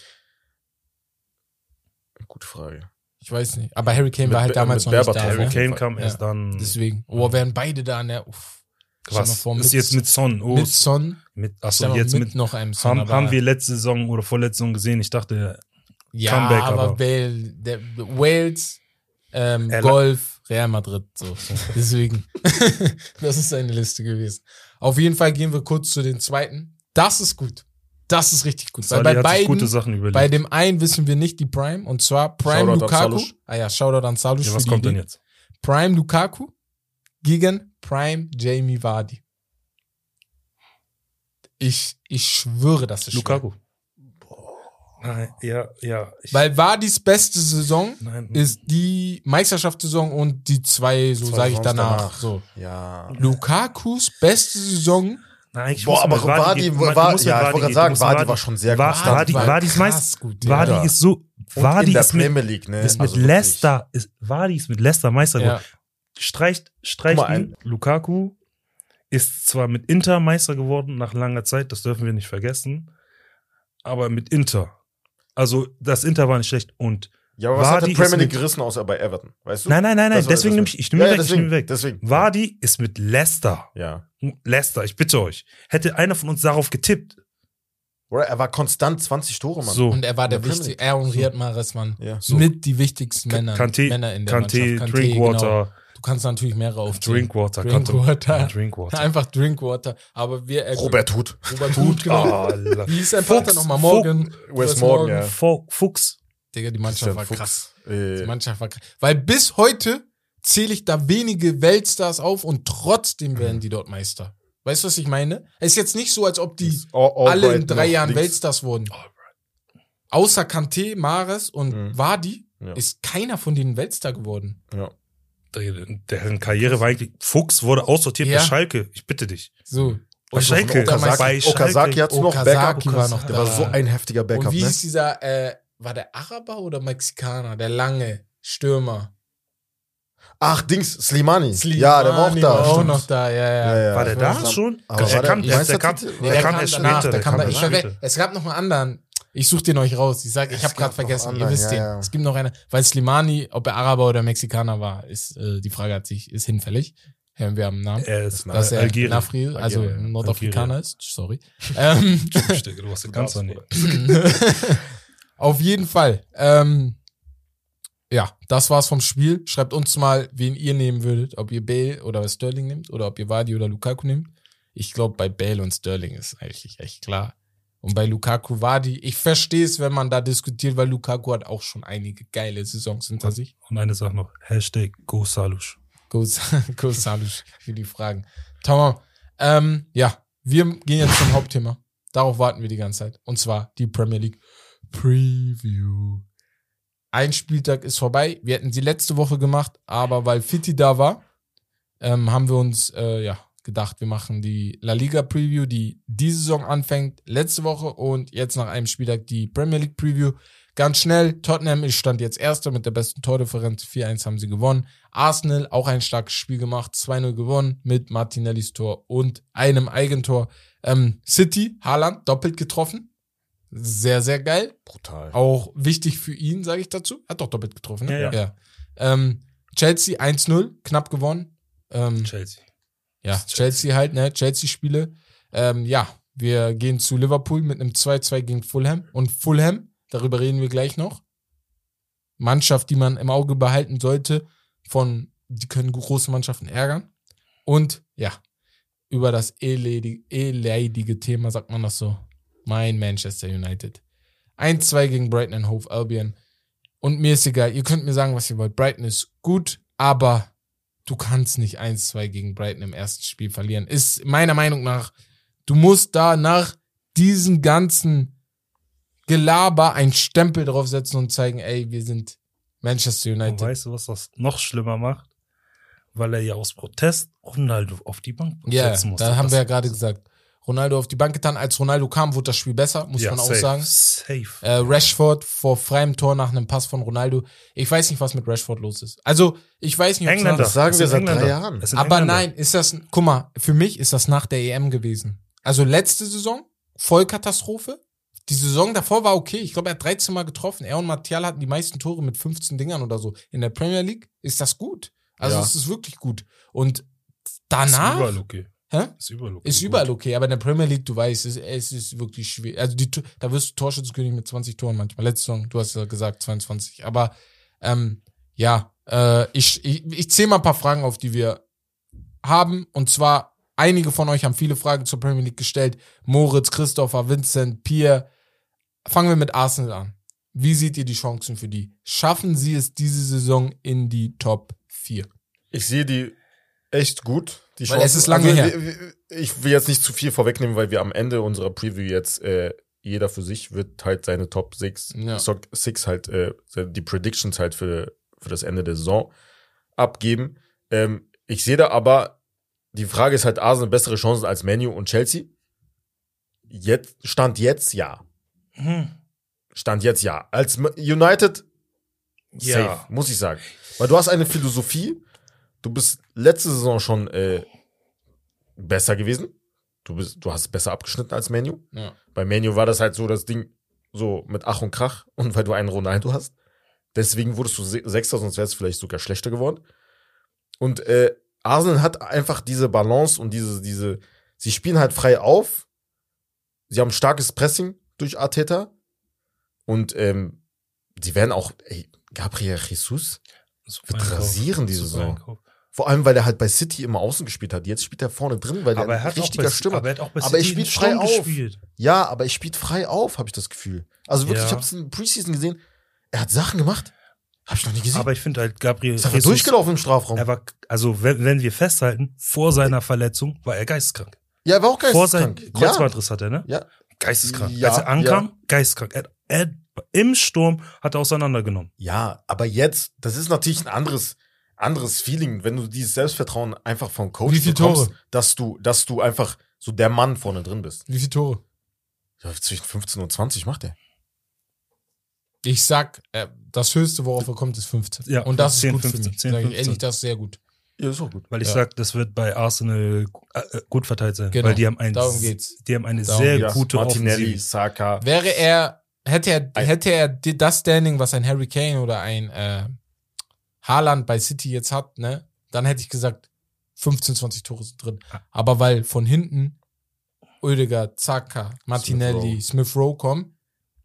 Gute Frage. Ich weiß nicht. Aber Harry Kane war halt damals noch nicht da. Harry ne? Kane kam erst dann. Deswegen. Wären beide da, ne? Uff. Was? Ist jetzt mit Son. Mit Son. Achso, jetzt mit noch einem Son. Haben wir letzte Saison oder vorletzte Saison gesehen. Ich dachte, ja, Comeback, aber Bale, Wales, Golf, Real Madrid. So. Deswegen. Das ist eine Liste gewesen. Auf jeden Fall gehen wir kurz zu den zweiten. Das ist gut. Das ist richtig gut. Weil bei beiden, gute Sachen überlegt. bei dem einen wissen wir nicht die Prime. Und zwar Prime Shoutout Lukaku. Shoutout an Salush. Ja, was kommt denn jetzt? Prime Lukaku gegen Prime Jamie Vardy. Ich schwöre, das ist Lukaku. Nein, ja. Weil Vardys beste Saison ist die Meisterschaftssaison und die zwei sage ich danach. So. Ja. Lukakus beste Saison. Nein, aber Vardy war, ich wollte gerade sagen, Vardy war schon sehr gut. Vardy ist meist gut. Vardy ist so, Vardy in der Premier League, ne? Ist mit Leicester, Vardy ist mit Leicester Meister geworden. Streicht ihn. Lukaku ist zwar mit Inter Meister geworden nach langer Zeit, das dürfen wir nicht vergessen, aber mit Inter. Also das Inter war nicht schlecht und ja, aber was hat der Premier League gerissen außer bei Everton, weißt du? Nein, deswegen nehme ich nehme weg. Deswegen. Vardy ist mit Leicester. Ja. Leicester, ich bitte euch. Hätte einer von uns darauf getippt. Oder er war konstant 20 Tore, Mann. So. Und er war der wichtigste, er und Riyad Mahrez, Mann. Ja. So. Mit die wichtigsten Männer in der Mannschaft. Drinkwater. Genau. Du kannst natürlich mehrere aufzählen. Drinkwater. Einfach Drinkwater. Aber wir... Robert Huth. Genau. Wie ist sein Vater nochmal? Morgan. Wes Morgan, ja. Fuchs. Digga, die Mannschaft war krass. Die Mannschaft war krass. Weil bis heute zähle ich da wenige Weltstars auf und trotzdem werden die dort Meister. Weißt du, was ich meine? Es ist jetzt nicht so, als ob die alle in 3 Jahren Weltstars wurden. Außer Kanté, Mahrez und Vardy ist keiner von denen Weltstar geworden. Ja. Deren Karriere war eigentlich, Fuchs wurde aussortiert bei Schalke. Ich bitte dich. So. Und Schalke. Okazaki hat's noch. Okazaki war noch da. Der war so ein heftiger Backup. Und wie ist dieser, war der Araber oder Mexikaner? Der lange Stürmer. Ach, Slimani. Ja, der war auch da. War auch noch da, ja. War der da schon? Der kam erst später. Es gab noch einen anderen. Ich suche den euch raus. Ich habe gerade vergessen. Ihr wisst den. Ja. Es gibt noch einen. Weil Slimani, ob er Araber oder Mexikaner war, ist die Frage ist hinfällig. Hören wir am Namen. Dass er Algerien. Nafri, also Nordafrikaner ist. Sorry. Du hast den ganz Auf jeden Fall. ja, das war's vom Spiel. Schreibt uns mal, wen ihr nehmen würdet. Ob ihr Bale oder Sterling nehmt oder ob ihr Vardy oder Lukaku nehmt. Ich glaube, bei Bale und Sterling ist eigentlich echt klar. Und bei Lukaku, Vardy, ich verstehe es, wenn man da diskutiert, weil Lukaku hat auch schon einige geile Saisons hinter sich. Und eine Sache noch, #Go Salush. Go Salush für die Fragen. Tamam. Ja, wir gehen jetzt zum Hauptthema. Darauf warten wir die ganze Zeit. Und zwar die Premier League Preview. Ein Spieltag ist vorbei. Wir hätten sie letzte Woche gemacht, aber weil Fitti da war, haben wir uns gedacht, wir machen die La Liga Preview, die diese Saison anfängt, letzte Woche und jetzt nach einem Spieltag die Premier League Preview. Ganz schnell, Tottenham ist Stand jetzt Erster mit der besten Tordifferenz, 4-1 haben sie gewonnen. Arsenal, auch ein starkes Spiel gemacht, 2-0 gewonnen mit Martinellis Tor und einem Eigentor. City, Haaland, doppelt getroffen. Sehr, sehr geil. Brutal. Auch wichtig für ihn, sage ich dazu. Hat doch doppelt getroffen, ne? Ja. Chelsea 1-0, knapp gewonnen. Chelsea. Ja, Chelsea halt, ne? Chelsea-Spiele. Wir gehen zu Liverpool mit einem 2-2 gegen Fulham. Und Fulham, darüber reden wir gleich noch. Mannschaft, die man im Auge behalten sollte, die können große Mannschaften ärgern. Und ja, über das eleidige Thema, sagt man das so, mein Manchester United. 1-2 gegen Brighton and Hove Albion. Und mir ist egal, ihr könnt mir sagen, was ihr wollt. Brighton ist gut, aber du kannst nicht 1-2 gegen Brighton im ersten Spiel verlieren. Ist meiner Meinung nach, du musst da nach diesem ganzen Gelaber einen Stempel draufsetzen und zeigen, ey, wir sind Manchester United. Und weißt du, was das noch schlimmer macht? Weil er ja aus Protest Ronaldo auf die Bank setzen musste. Ja, da haben wir ja gerade gesagt. Ronaldo auf die Bank getan. Als Ronaldo kam, wurde das Spiel besser, muss man auch sagen. Safe. Rashford vor freiem Tor nach einem Pass von Ronaldo. Ich weiß nicht, was mit Rashford los ist. Also, ich weiß nicht, ob Engländer. Das sagen wir seit 3 Jahren. Aber nein, guck mal, für mich ist das nach der EM gewesen. Also letzte Saison, Vollkatastrophe. Die Saison davor war okay. Ich glaube, er hat 13 Mal getroffen. Er und Martial hatten die meisten Tore mit 15 Dingern oder so. In der Premier League ist das gut. Also es ist wirklich gut. Und danach... Ist überall okay. Hä? Ist überall okay, aber in der Premier League, du weißt, es ist wirklich schwer. Also da wirst du Torschützenkönig mit 20 Toren manchmal. Letzte Saison, du hast ja gesagt 22. Aber ich zähle mal ein paar Fragen auf, die wir haben. Und zwar, einige von euch haben viele Fragen zur Premier League gestellt. Moritz, Christopher, Vincent, Pierre. Fangen wir mit Arsenal an. Wie seht ihr die Chancen für die? Schaffen sie es diese Saison in die Top 4? Ich sehe die echt gut. Die Weil es ist lange her. Ich will jetzt nicht zu viel vorwegnehmen, weil wir am Ende unserer Preview jetzt jeder für sich wird halt seine Top 6 halt, die Predictions halt für das Ende der Saison abgeben. Ich sehe da aber, die Frage ist halt, Arsenal bessere Chancen als Man U und Chelsea? Stand jetzt ja. Stand jetzt ja. Als United safe, muss ich sagen. Weil du hast eine Philosophie, du bist letzte Saison schon besser gewesen. Du hast besser abgeschnitten als Man U. Ja. Bei Man U war das halt so das Ding so mit Ach und Krach und weil du einen Ronaldo hast. Deswegen wurdest du Sechster, sonst wärst du vielleicht sogar schlechter geworden. Und Arsenal hat einfach diese Balance und sie spielen halt frei auf. Sie haben starkes Pressing durch Arteta. Und sie werden auch, Gabriel Jesus wird rasieren diese Saison. Vor allem, weil er halt bei City immer außen gespielt hat. Jetzt spielt er vorne drin, weil er ein richtiger Stürmer. Aber er hat auch bei aber er City spielt frei auf. Gespielt. Ja, aber er spielt frei auf, habe ich das Gefühl. Also wirklich, ich habe es in Preseason gesehen. Er hat Sachen gemacht, habe ich noch nie gesehen. Aber ich finde halt, Gabriel ist einfach durchgelaufen im Strafraum. Er war, also wenn wir festhalten, vor seiner Verletzung war er geisteskrank. Ja, er war auch Vor geisteskrank. seinem Kreuzbandriss hat er, ne? Ja. Geisteskrank. Ja, als er ankam, geisteskrank. Im Sturm hat er auseinandergenommen. Ja, aber jetzt, das ist natürlich ein anderes Feeling, wenn du dieses Selbstvertrauen einfach vom Coach Wie viele bekommst, Tore? dass du einfach so der Mann vorne drin bist. Wie viele Tore? Ja, zwischen 15 und 20 macht er. Ich sag, das Höchste, worauf er kommt, ist 15. Ja, und das 10, ist gut 15, für mich. 10, Sag ich 15. ehrlich, das ist sehr gut. Ja, ist auch gut. Weil ich sag, das wird bei Arsenal gut verteilt sein. Genau, weil die haben darum geht's. Die haben eine Darum sehr geht's. gute Martinelli, Offensive. Saka. Hätte er das Standing, was ein Harry Kane oder ein Haaland bei City jetzt hat, ne, dann hätte ich gesagt, 15, 20 Tore sind drin. Aber weil von hinten Oedegaard, Saka, Martinelli, Smith Rowe kommen,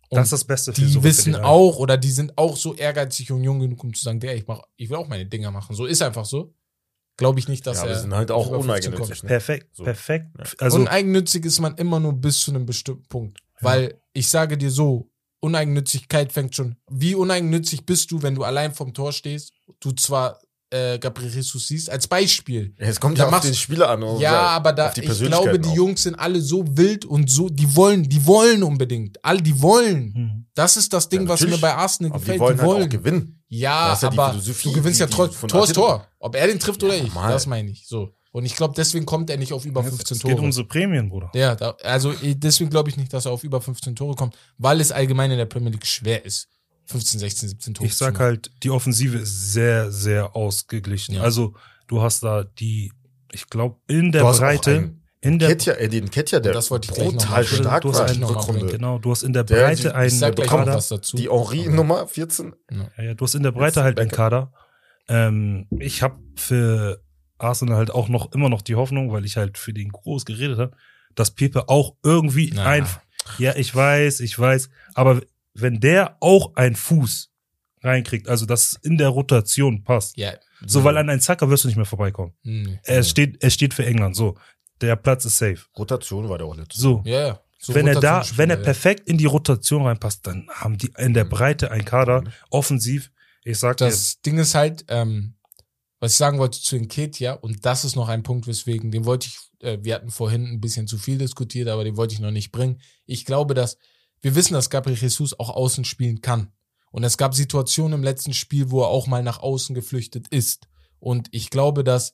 Und das ist das Beste für die wissen auch, oder die sind auch so ehrgeizig und jung genug, um zu sagen, ich will auch meine Dinger machen. So ist einfach so. Glaube ich nicht, dass wir sind halt auch uneigennützig. Ne? Perfekt, so. Perfekt. Ja. Also uneigennützig ist man immer nur bis zu einem bestimmten Punkt. Weil ich sage dir so, Uneigennützigkeit fängt schon. Wie uneigennützig bist du, wenn du allein vorm Tor stehst, du zwar Gabriel Jesus siehst, als Beispiel. Ja, es kommt ja auf den Spieler an. Ja, aber ich glaube, die Jungs sind alle so wild und so, die wollen unbedingt. Alle, die wollen. Das ist das Ding, was mir bei Arsenal gefällt. Die wollen halt auch gewinnen. Ja, aber du gewinnst ja trotzdem. Tor ist Tor. Ob er den trifft oder ich, das meine ich. So. Und ich glaube, deswegen kommt er nicht auf über 15 Tore. Es geht um so Prämien, Bruder. Ja, also deswegen glaube ich nicht, dass er auf über 15 Tore kommt, weil es allgemein in der Premier League schwer ist. 15, 16, 17 Tore. Ich sag halt, die Offensive ist sehr, sehr ausgeglichen. Ja. Also, du hast da ich glaube, in der Breite, den Ketja, der das wollte ich brutal stark war in der Rückrunde. Genau, du hast in der Breite einen Kader. Die Henri-Nummer 14. Ja, du hast in der Breite halt einen Kader. Ich habe für Arsenal halt auch immer noch die Hoffnung, weil ich halt für den groß geredet habe, dass Pepe auch irgendwie ja, ich weiß, aber wenn der auch einen Fuß reinkriegt, also dass es in der Rotation passt, so, weil an einen Zacker wirst du nicht mehr vorbeikommen. Er steht für England, so. Der Platz ist safe. Rotation war der auch letzte. So. Ja. So wenn er perfekt in die Rotation reinpasst, dann haben die in der Breite einen Kader, offensiv. Ich sag das Ding ist halt, was ich sagen wollte zu Nketiah, und das ist noch ein Punkt, weswegen, den wollte ich, wir hatten vorhin ein bisschen zu viel diskutiert, aber den wollte ich noch nicht bringen. Ich glaube, wir wissen, dass Gabriel Jesus auch außen spielen kann. Und es gab Situationen im letzten Spiel, wo er auch mal nach außen geflüchtet ist. Und ich glaube, dass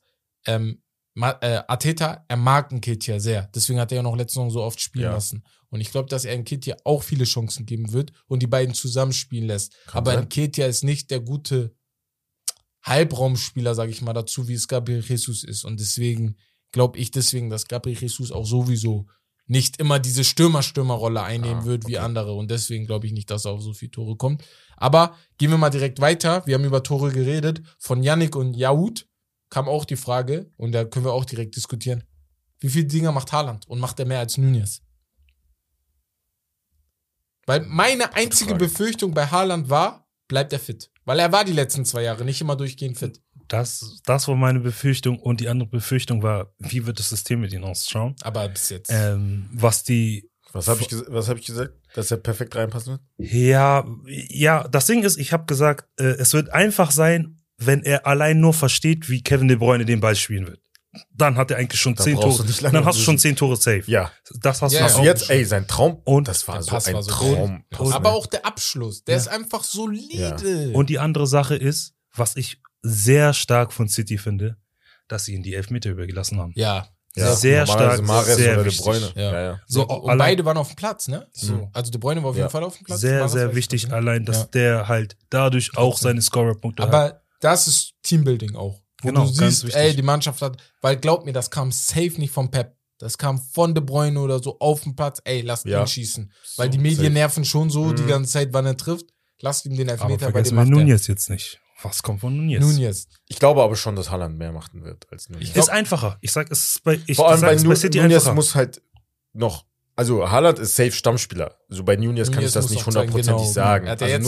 Arteta, er mag Nketiah sehr. Deswegen hat er ja noch letzte Saison so oft spielen lassen. Und ich glaube, dass er Nketiah auch viele Chancen geben wird und die beiden zusammenspielen lässt. Aber Nketiah ist nicht der gute Halbraumspieler, sage ich mal, dazu, wie es Gabriel Jesus ist. Und deswegen glaube ich dass Gabriel Jesus auch sowieso nicht immer diese Stürmerrolle einnehmen wird wie andere. Und deswegen glaube ich nicht, dass er auf so viele Tore kommt. Aber gehen wir mal direkt weiter. Wir haben über Tore geredet. Von Yannick und Yaoud kam auch die Frage, und da können wir auch direkt diskutieren. Wie viele Dinger macht Haaland? Und macht er mehr als Nunez? Weil meine einzige Befürchtung bei Haaland war, bleibt er fit. Weil er war die letzten 2 Jahre nicht immer durchgehend fit. Das war meine Befürchtung, und die andere Befürchtung war, wie wird das System mit ihm ausschauen? Aber bis jetzt. Was habe ich gesagt? Dass er perfekt reinpassen wird? Ja, das Ding ist, ich habe gesagt, es wird einfach sein, wenn er allein nur versteht, wie Kevin De Bruyne den Ball spielen wird. Dann hat er eigentlich schon 10 Tore. Dann hast du schon 10 Tore safe. Ja. Das hast du auch jetzt, sein Traum. Und das war so ein Traum. Aber auch der Abschluss, der ist einfach solide. Ja. Und die andere Sache ist, was ich sehr stark von City finde, dass sie ihn die Elfmeter übergelassen haben. Ja. Sehr stark, Mahrez sehr oder wichtig. De Bruyne. Ja. So, und beide waren auf dem Platz, ne? So. Also De Bruyne war auf jeden Fall auf dem Platz. Sehr, sehr wichtig, ne? Allein, dass der halt dadurch auch seine Scorer-Punkte hat. Aber das ist Teambuilding auch. Wo du siehst, wichtig. Die Mannschaft hat, weil glaub mir, das kam safe nicht vom Pep. Das kam von De Bruyne oder so auf dem Platz. Lasst ihn schießen. Weil die Medien nerven schon so die ganze Zeit, wann er trifft. Lasst ihm den Elfmeter, aber vergessen wir Nunez jetzt nicht. Was kommt von Nunez? Ich glaube aber schon, dass Haaland mehr machen wird als Nunez. Ist einfacher. Ich sag, es ist bei City Nunez einfacher. Muss halt noch, also Haaland ist safe Stammspieler. So bei Nunez kann ich das nicht 100%ig sagen.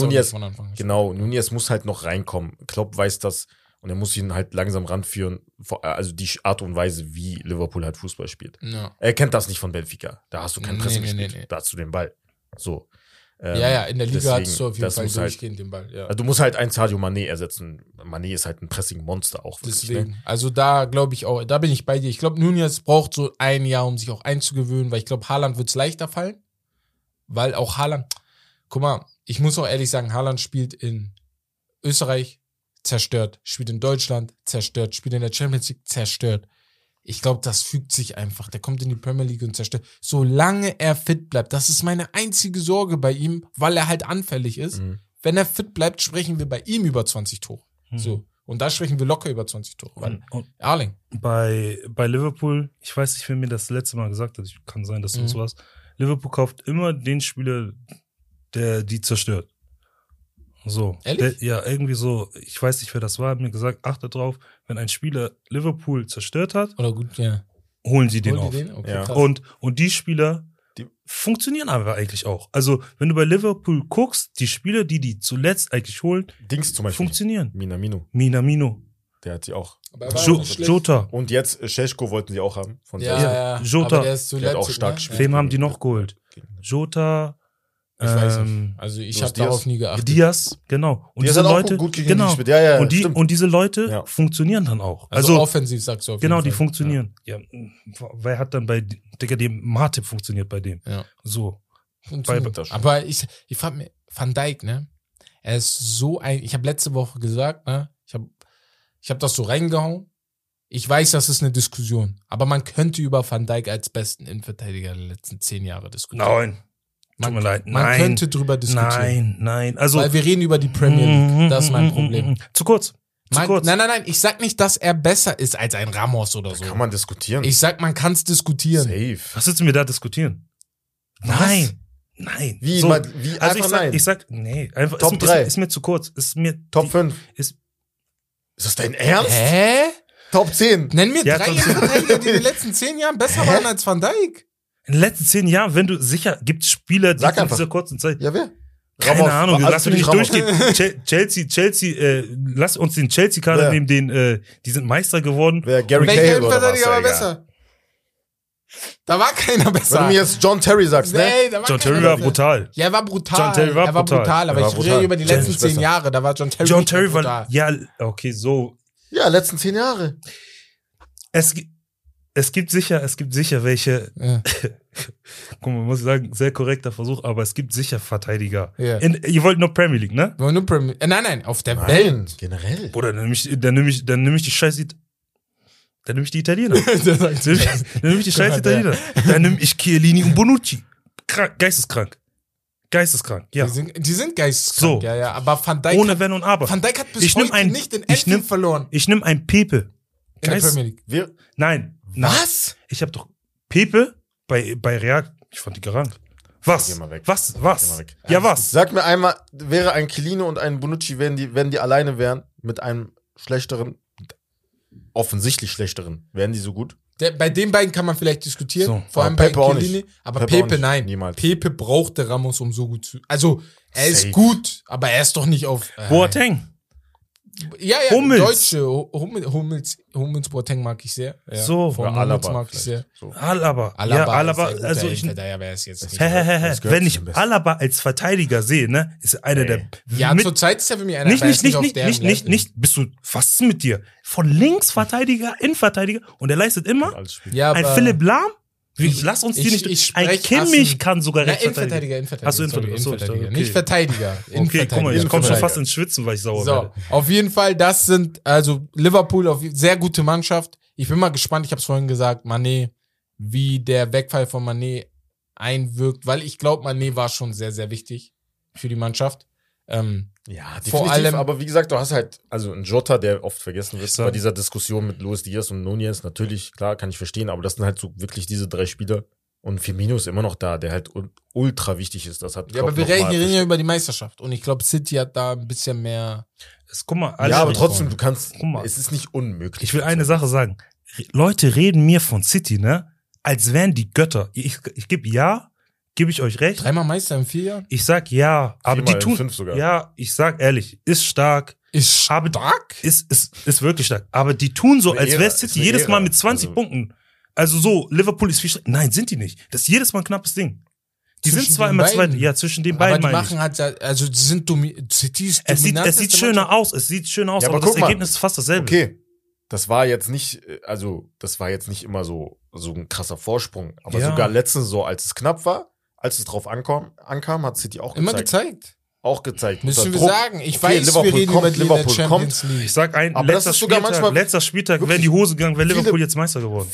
Also Nunez muss halt noch reinkommen. Klopp weiß das und er muss ihn halt langsam ranführen. Also die Art und Weise, wie Liverpool halt Fußball spielt. Ja. Er kennt das nicht von Benfica. Da hast du kein Pressing gespielt. Da hast du den Ball. So. In der Liga hast du auf jeden Fall durchgehend den Ball. Ja. Also du musst halt einen Sadio Mané ersetzen. Mané ist halt ein Pressing-Monster auch. Deswegen. Ne? Also da glaube ich auch, da bin ich bei dir. Ich glaube, Nunez braucht so ein Jahr, um sich auch einzugewöhnen, weil ich glaube, Haaland wird es leichter fallen. Weil auch Haaland, guck mal, ich muss auch ehrlich sagen, Haaland spielt in Österreich, zerstört. Spielt in Deutschland, zerstört. Spielt in der Champions League, zerstört. Ich glaube, das fügt sich einfach. Der kommt in die Premier League und zerstört. Solange er fit bleibt, das ist meine einzige Sorge bei ihm, weil er halt anfällig ist. Wenn er fit bleibt, sprechen wir bei ihm über 20 Tore. So. Und da sprechen wir locker über 20 Tore. Weil Erling. Bei Liverpool, ich weiß nicht, wer mir das letzte Mal gesagt hat, kann sein, dass du sowas. Liverpool kauft immer den Spieler, der die zerstört. So. Ehrlich? Irgendwie so, ich weiß nicht, wer das war, hat mir gesagt, achte drauf, wenn ein Spieler Liverpool zerstört hat, oder gut, holen sie den auf. Okay, ja. Und die Spieler, Die funktionieren aber eigentlich auch. Also, wenn du bei Liverpool guckst, die Spieler, die zuletzt eigentlich holen, Dings zum Beispiel. funktionieren. Minamino. Der hat sie auch. Aber er war auch nicht schlecht. Jota. Und jetzt Šeško wollten sie auch haben. Von Ja. Jota. Aber der ist zu Der hat Leipzig, auch stark ne? gespielt. Wem haben die noch geholt? Jota. Ich weiß nicht. Also ich habe Diaz. darauf nie geachtet. Diaz, genau. Und Diaz diese hat auch Leute, gut gegen genau. die gespielt. Ja, und diese Leute Ja. funktionieren dann auch. Also offensiv sagst du auf jeden genau, Fall. die funktionieren. Ja. Wer hat dann bei, Digga, dem Matip funktioniert bei dem. Ja. So. Funktioniert. Aber ich frage mich, Van Dijk, ne? Er ist so ich habe letzte Woche gesagt, ne? Ich hab das so reingehauen. Ich weiß, das ist eine Diskussion. Aber man könnte über Van Dijk als besten Innenverteidiger der letzten 10 Jahre diskutieren. Nein. Tut mir leid. Man könnte drüber diskutieren. Nein. Also, weil wir reden über die Premier League. Das ist mein Problem. Zu kurz. Nein. Ich sag nicht, dass er besser ist als ein Ramos oder so. Kann man diskutieren. Ich sag, man kann es diskutieren. Safe. Was willst du mir da diskutieren? Was? Nein. Wie? So, Wie? also Einfach nein. ich sag, nee. Einfach, Top 3. Ist mir zu kurz. Top 5. Ist das dein Ernst? Hä? Top 10. Nenn mir Ja, 3 Top 10. Innenverteidiger, die in den letzten 10 Jahren besser waren als Van Dijk. in den letzten 10 Jahren, wenn du sicher, gibt's Spieler, die Sag in einfach. dieser kurzen Zeit. Ja, wer? Keine Ahnung, lass mich nicht Ramos. durchgehen. Chelsea, lass uns den Chelsea-Kader Wer? nehmen, die sind Meister geworden. Wer? Gary Welcher Cahill oder was? Innenverteidiger war Egal. besser? Da war keiner besser. Wenn du mir jetzt John Terry sagst, ne? Nee, da war John keiner Terry war besser. brutal. Ja, er war brutal. John Terry war er war brutal. brutal, aber Er war ich rede brutal. über die James letzten ist 10 besser. Jahre. Da war John Terry John nicht Terry brutal. war, ja, okay, so. Ja, letzten 10 Jahre. Es gibt sicher welche, Ja. guck mal, muss ich sagen, sehr korrekter Versuch, aber es gibt sicher Verteidiger. Ja. Ihr wollt nur Premier League, ne? Nur nein, auf der Welt. Generell. Bruder, dann nehm ich die scheiß dann nehme ich die Italiener. Der sagt, Dann nehme ich die scheiß Italiener. Dann nehme ich Chiellini und Bonucci. Geisteskrank, ja. Die sind geisteskrank, So. ja. Aber Van Dijk, Ohne Wenn und Aber. Van Dijk hat bis Ich nehm heute einen- nicht in ich nehm- Anfield verloren. Ich nehme ein Pepe. In der Premier League. Nein. Was? Ich habe doch Pepe bei Real. Ich fand die krank. Was? Geh mal weg. Was? Geh mal weg. Ja, was? Sag mir einmal, wäre ein Chiellini und ein Bonucci, wenn die alleine wären, mit einem schlechteren, offensichtlich schlechteren, wären die so gut? Bei den beiden kann man vielleicht diskutieren. So. Vor allem Aber bei Pepe auch Chiellini. nicht. Aber Pepe auch Pepe nicht. nein. Niemals. Pepe brauchte Ramos, um so gut zu. Also, er ist Safe. gut, aber er ist doch nicht auf. Boateng. Ja, Hummels. Deutsche. Hummels Boateng mag ich sehr. Ja. So. Von Ja, Hummels Alaba mag ich sehr. vielleicht. So. Alaba. Alaba, Ja, Alaba. ist ein Also guter ich, Innenverteidiger, wäre es jetzt nicht. Das gehört wenn zu ich den Besten. Alaba als Verteidiger sehe, ne, ist einer der. Ja, mit, zurzeit ist er für mich einer, aber er ist auf deren Level. nicht. Bist du, was ist mit dir? Von links Verteidiger, Innenverteidiger und er leistet immer Alles spielt. Ja, ein aber Philipp Lahm? Lass uns die nicht. ich Ein sprech Kimmich Assen. kann sogar Ja, rechts verteidigen. Innenverteidiger. Achso, sorry, Innenverteidiger. Okay. Nicht Verteidiger. Okay, guck mal, ich komme schon Innenverteidiger. fast ins Schwitzen, weil ich sauer So, werde. auf jeden Fall, das sind, also Liverpool, sehr gute Mannschaft. Ich bin mal gespannt, ich habe es vorhin gesagt, Mané, wie der Wegfall von Mané einwirkt, weil ich glaube, Mané war schon sehr, sehr wichtig für die Mannschaft. Ja, Vor definitiv, allem- aber wie gesagt, du hast halt, also einen Jota, der oft vergessen wird, sag- bei dieser Diskussion mit Luis Diaz und Nunez, natürlich, klar, kann ich verstehen, aber das sind halt so wirklich diese 3 Spieler. Und Firmino ist immer noch da, der halt ultra wichtig ist. Das hat Ja, aber Klopp wir noch mal reden ja über die Meisterschaft und ich glaube, City hat da ein bisschen mehr. Guck mal, Ja, alle- aber trotzdem, du kannst, Guck mal. es ist nicht unmöglich. Ich will eine Sache sagen. Leute reden mir von City, ne, als wären die Götter. Ich gebe ich euch recht. 3-mal Meister in 4 Jahren? Ich sag ja, aber 4-mal die in tun, 5 sogar. ja, ich sag ehrlich, ist stark, Ist aber stark? ist wirklich stark. Aber die tun so, Eine als Ära, wäre ist City eine jedes Ära. Mal mit 20 Also- Punkten. Also so, Liverpool ist viel stärker. Nein, sind die nicht. Das ist jedes Mal ein knappes Ding. Die Zwischen sind zwar den immer beiden. Zweite, ja, zwischen den Aber beiden die meine ich. machen halt, also die sind City ist Es sieht dominanteste schöner aus, es sieht schön aus, Ja, aber aber das guck mal. Ergebnis ist fast dasselbe. Okay, das war jetzt nicht, das war jetzt nicht immer so ein krasser Vorsprung. Aber Ja. sogar letztens so, als es knapp war, als es drauf ankam, hat City auch Immer gezeigt. gezeigt. Auch gezeigt. Müssen Unter wir Druck. sagen. Ich Okay, weiß, Liverpool wir reden kommt, über die in Liverpool der Champions kommt. League. Ich sag Aber das ist sogar manchmal letzter Spieltag wäre wirklich in die Hose gegangen, wäre viele- Liverpool jetzt Meister geworden.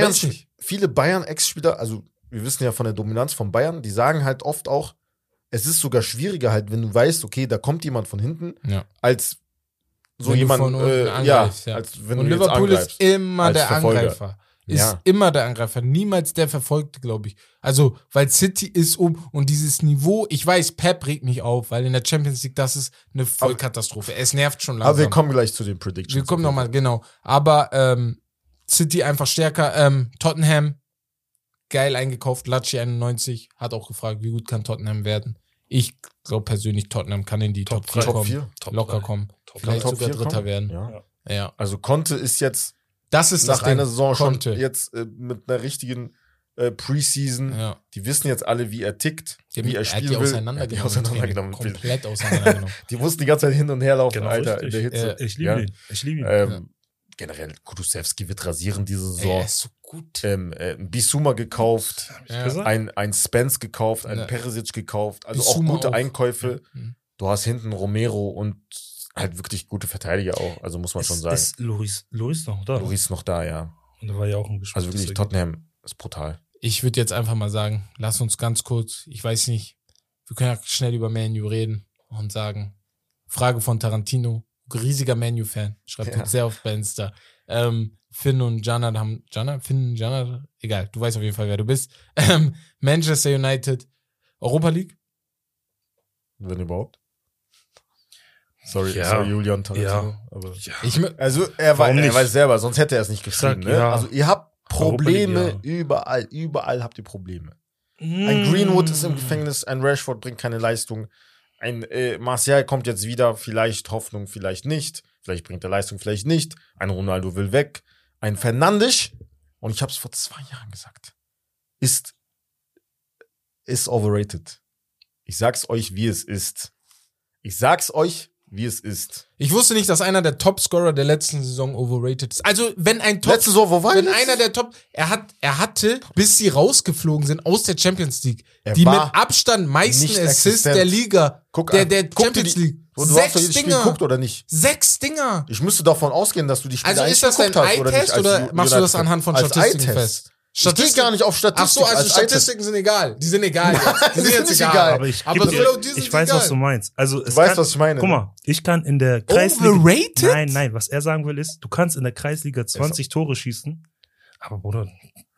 Viele Bayern-Ex-Spieler, also wir wissen ja von der Dominanz von Bayern, die sagen halt oft auch, es ist sogar schwieriger halt, wenn du weißt, okay, da kommt jemand von hinten, Ja. als so Wenn du jemand, von unten ja, angreifst, ja. als wenn Und du jetzt Liverpool angreifst. ist immer als der Verfolger. Angreifer. Ist Ja. immer der Angreifer, niemals der Verfolgte, glaube ich. Also, weil City ist und dieses Niveau, ich weiß, Pep regt mich auf, weil in der Champions League, das ist eine Vollkatastrophe. Es nervt schon langsam. Aber wir kommen gleich zu den Predictions. Wir kommen nochmal, genau. Aber City einfach stärker. Tottenham geil eingekauft. Latschi 91 hat auch gefragt, wie gut kann Tottenham werden. Ich glaube persönlich, Tottenham kann in die Top 4 kommen. Locker kommen. Vielleicht sogar Dritter werden. Ja. Also Conte ist jetzt das ist nach das einer Saison Conte. schon jetzt mit einer richtigen Preseason. Ja. Die wissen jetzt alle, wie er tickt, wie er spielen will. Die auseinandergenommen. Komplett auseinandergenommen. Die mussten die ganze Zeit hin und her laufen, Genau, Alter, richtig. in der Hitze. Ich liebe ihn. Ich liebe ihn. Generell, Kulusevski wird rasieren diese Ey, Saison. er ist so gut. Bissouma gekauft, Ja. ein Spence gekauft, ein Ja. Perisic gekauft. Also Bissouma auch gute auch. Einkäufe. Mhm. Du hast hinten Romero und halt wirklich gute Verteidiger auch. Also muss man schon sagen. Ist Loris noch da? Loris ist noch da, ja. Und da war ja auch ein Gespräch. Also wirklich, Tottenham ist brutal. Ich würde jetzt einfach mal sagen, lass uns ganz kurz, ich weiß nicht, wir können ja schnell über Man U reden und sagen, Frage von Tarantino, riesiger Man U-Fan, schreibt uns sehr oft bei Insta. Finn und Janat haben, egal, du weißt auf jeden Fall, wer du bist. Manchester United, Europa League? Wenn überhaupt. Sorry, Ja. sorry Julian Tarantino. Ja. Aber Ja. also er Warum nicht? weiß selber, sonst hätte er es nicht geschrieben. Sag, Ne? ja. Also ihr habt Probleme Europa League, überall habt ihr Probleme. Ein Greenwood ist im Gefängnis, ein Rashford bringt keine Leistung, ein Martial kommt jetzt wieder, vielleicht Hoffnung, vielleicht nicht, vielleicht bringt er Leistung, vielleicht nicht, ein Ronaldo will weg, ein Fernandes, und ich habe es vor 2 Jahren gesagt, ist overrated. Ich sag's euch, wie es ist. Ich wusste nicht, dass einer der Topscorer der letzten Saison overrated ist. Also, wenn ein Top, Letzte Saison, wo war wenn er einer der Top, er hatte, bis sie rausgeflogen sind aus der Champions League, Er die mit war Abstand meisten nicht Assists existent. der Liga, Guck der an. Guck dir Champions die- League. Du hast doch 6 jedes Spiel Dinger. geguckt, oder nicht? 6 Dinger. Ich müsste davon ausgehen, dass du die Spiele Also eigentlich ist das ein geguckt hast, oder nicht? Eye-Test Als oder machst du das United-Fan. anhand von Als Statistiken Eye-Test. fest? Ich gehe gar nicht auf Statistik. Ach so, also als Eye-Test. Statistiken sind egal. Die sind egal jetzt. Die die sind sind jetzt nicht egal. egal. Aber ich, Aber geb dir- so, die sind ich weiß, egal. was du meinst. Also, Du weißt, was ich meine. Guck mal, ich kann in der Kreisliga. Overrated? Nein, was er sagen will ist, du kannst in der Kreisliga 20 Tore schießen, aber Bruder,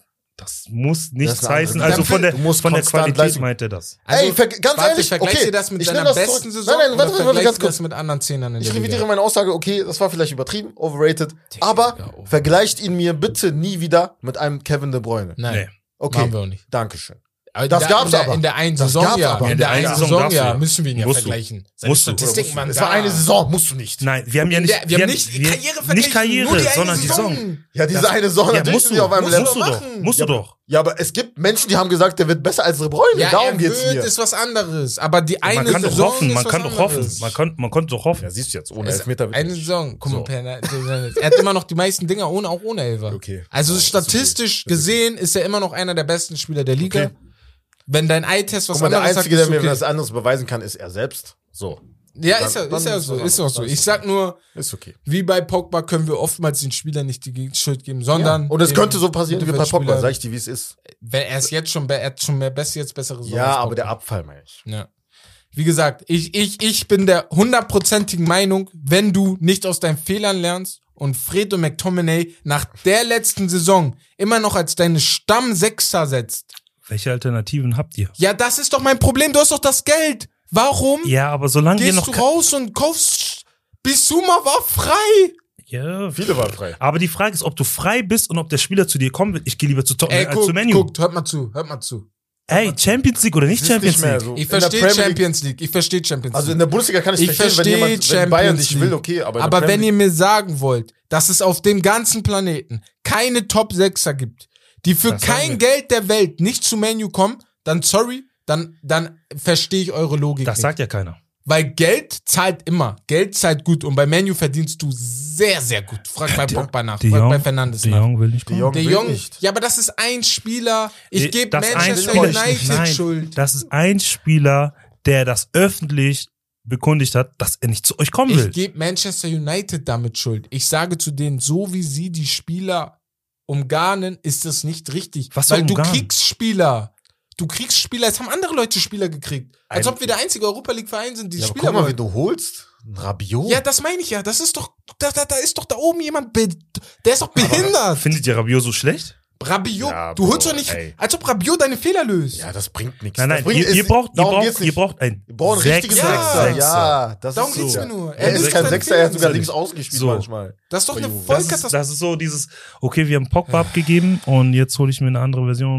das muss nichts eine andere heißen. Liga. Also von der Du musst Qualität konstant Leistung. meint er das. Also, Ey, ganz warte, ehrlich, vergleichst okay, du das mit ich deiner nehme das besten zurück. Saison Nein, oder warte, vergleichst ganz du das kurz. mit anderen Zehnern in Ich der Liga? revidiere meine Aussage, okay, das war vielleicht übertrieben, overrated, Digga, aber oh. vergleicht ihn mir bitte nie wieder mit einem Kevin De Bruyne. Nein, Okay, machen wir auch nicht. Dankeschön. Aber Das gab's in der, aber. In der einen Das Saison gab's ja. aber. In der einen Saison darfst du ja. ja. Müssen wir ihn ja Musst du. vergleichen. Musst du. Statistiken waren Es da. war eine Saison, musst du nicht. Nein, wir haben ja nicht, Wir haben nicht Karriere verglichen. nicht Karriere, nur die eine sondern die Saison. Ja, diese eine Saison, Ja, natürlich musst sind wir auf einem musst Level. du machen. Musst du doch. Ja, aber es gibt Menschen, die haben gesagt, der wird besser als De Bruyne. Ja, Darum er geht's wird, mir. ist was anderes. Aber die eine Man kann doch Saison hoffen, ist man was kann doch hoffen. anderes. Man konnte doch hoffen. Ja, siehst du jetzt, ohne Es- Elfmeter wird Eine nicht. Saison. Guck mal, So. er hat immer noch die meisten Dinger, auch ohne Elfer. Okay. Also Ja, das ist statistisch okay. Das ist gesehen ist er immer noch einer der besten Spieler der Liga. Okay. Wenn dein Eye-Test was Guck mal, der anderes Einzige, sagt, der ist mir okay. was anderes beweisen kann, ist er selbst. So. Ja, Dann- ist ja dann so, ist was ist auch anderes. so. Dann Ich ist sag okay. nur, Ist okay. wie bei Pogba können wir oftmals den Spielern nicht die Schuld geben, sondern Und es dem könnte so passieren wie bei Pogba, Mittelfeldspieler. sag ich dir, wie es ist. Wenn er ist jetzt schon, er hat schon mehr bessere Saison. Ja, als aber Pogba. der Abfall, meine ich. Ja. Wie gesagt, ich bin der 100%igen Meinung, wenn du nicht aus deinen Fehlern lernst und Fred und McTominay nach der letzten Saison immer noch als deine Stamm-Sechser setzt. Welche Alternativen habt ihr? Ja, das ist doch mein Problem. Du hast doch das Geld. Warum Ja, aber solange ihr gehst noch du raus und kaufst? Bissouma war frei. Ja, Viele waren frei. aber die Frage ist, ob du frei bist und ob der Spieler zu dir kommen will. Ich gehe lieber zu Tottenham als zu Menu. guckt, hört mal zu. Ey, Champions League oder nicht Es ist Champions nicht mehr League? so. Ich In der verstehe Premier League- Champions League. Ich verstehe Champions Also League. in der Bundesliga kann ich Ich verstehen, wenn verstehe Bayern Champions dich will, League. okay, aber, in der Aber Premier wenn ihr mir sagen wollt, dass es auf dem ganzen Planeten keine Top-Sechser gibt, die für Das sagen kein wir. Geld der Welt nicht zu Menu kommen, dann sorry, dann verstehe ich eure Logik Das nicht. sagt ja keiner. Weil Geld zahlt immer. Geld zahlt gut. Und bei Menu verdienst du sehr, sehr gut. Frag bei Pogba nach. De Frag bei Jong, Fernandes De nach. Jong will nicht De kommen. Jong De will Jong, nicht. ja, aber das ist ein Spieler. Ich gebe Das Manchester ein- United Nein, Schuld. Das ist ein Spieler, der das öffentlich bekundigt hat, dass er nicht zu euch kommen will. Ich gebe Manchester United damit Schuld. Ich sage zu denen, so wie sie die Spieler umgarnen, ist das nicht richtig. Was soll Weil du umgarnen? kriegst Spieler. Es haben andere Leute Spieler gekriegt. Als Ein- ob wir der einzige Europa League Verein sind, die Ja, aber Spieler guck mal, wollen. wie du holst. Ein Rabiot. Ja, das meine ich ja. Das ist doch, da ist doch da oben jemand, der ist doch behindert. Findet ihr Rabiot so schlecht? Rabiot, Ja, du holst Bro, doch nicht, ey. als ob Rabiot deine Fehler löst. Ja, das bringt nichts. Nein, Das nein, bringt, ihr braucht einen Wir brauchen einen richtigen Sechser. Sechser. Ja, das Darum ist geht's so. mir nur. Er ist löst kein deine Sechser, er hat Fehler. sogar links ausgespielt So. manchmal. Das ist doch eine Bei Juve. Vollkatastrophe. Das ist so dieses, okay, wir haben Pogba abgegeben und jetzt hole ich mir eine andere Version.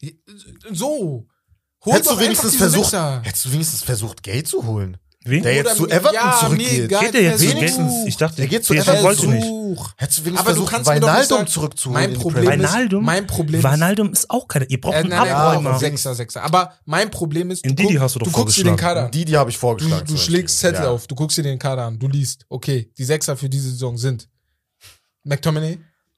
So. Hättest du wenigstens versucht, Gay zu holen? Wen? Der jetzt zu Everton zurückgeht. Geht der jetzt wenigstens? Ich dachte, der geht zu Everton wollte nicht. Hättest du wenigstens Aber du versucht, kannst mir doch nicht Wijnaldum sagen, zurückzuholen? mein Problem Wijnaldum ist auch keiner. Ihr braucht einen nein, Abräumer. Sechser. Aber mein Problem ist, Ndidi hast du doch guckst dir den Kader an. Didi habe ich vorgeschlagen. Du schlägst Zettel auf, du guckst dir den Kader an, du liest, okay, die Sechser für diese Saison sind McTominay,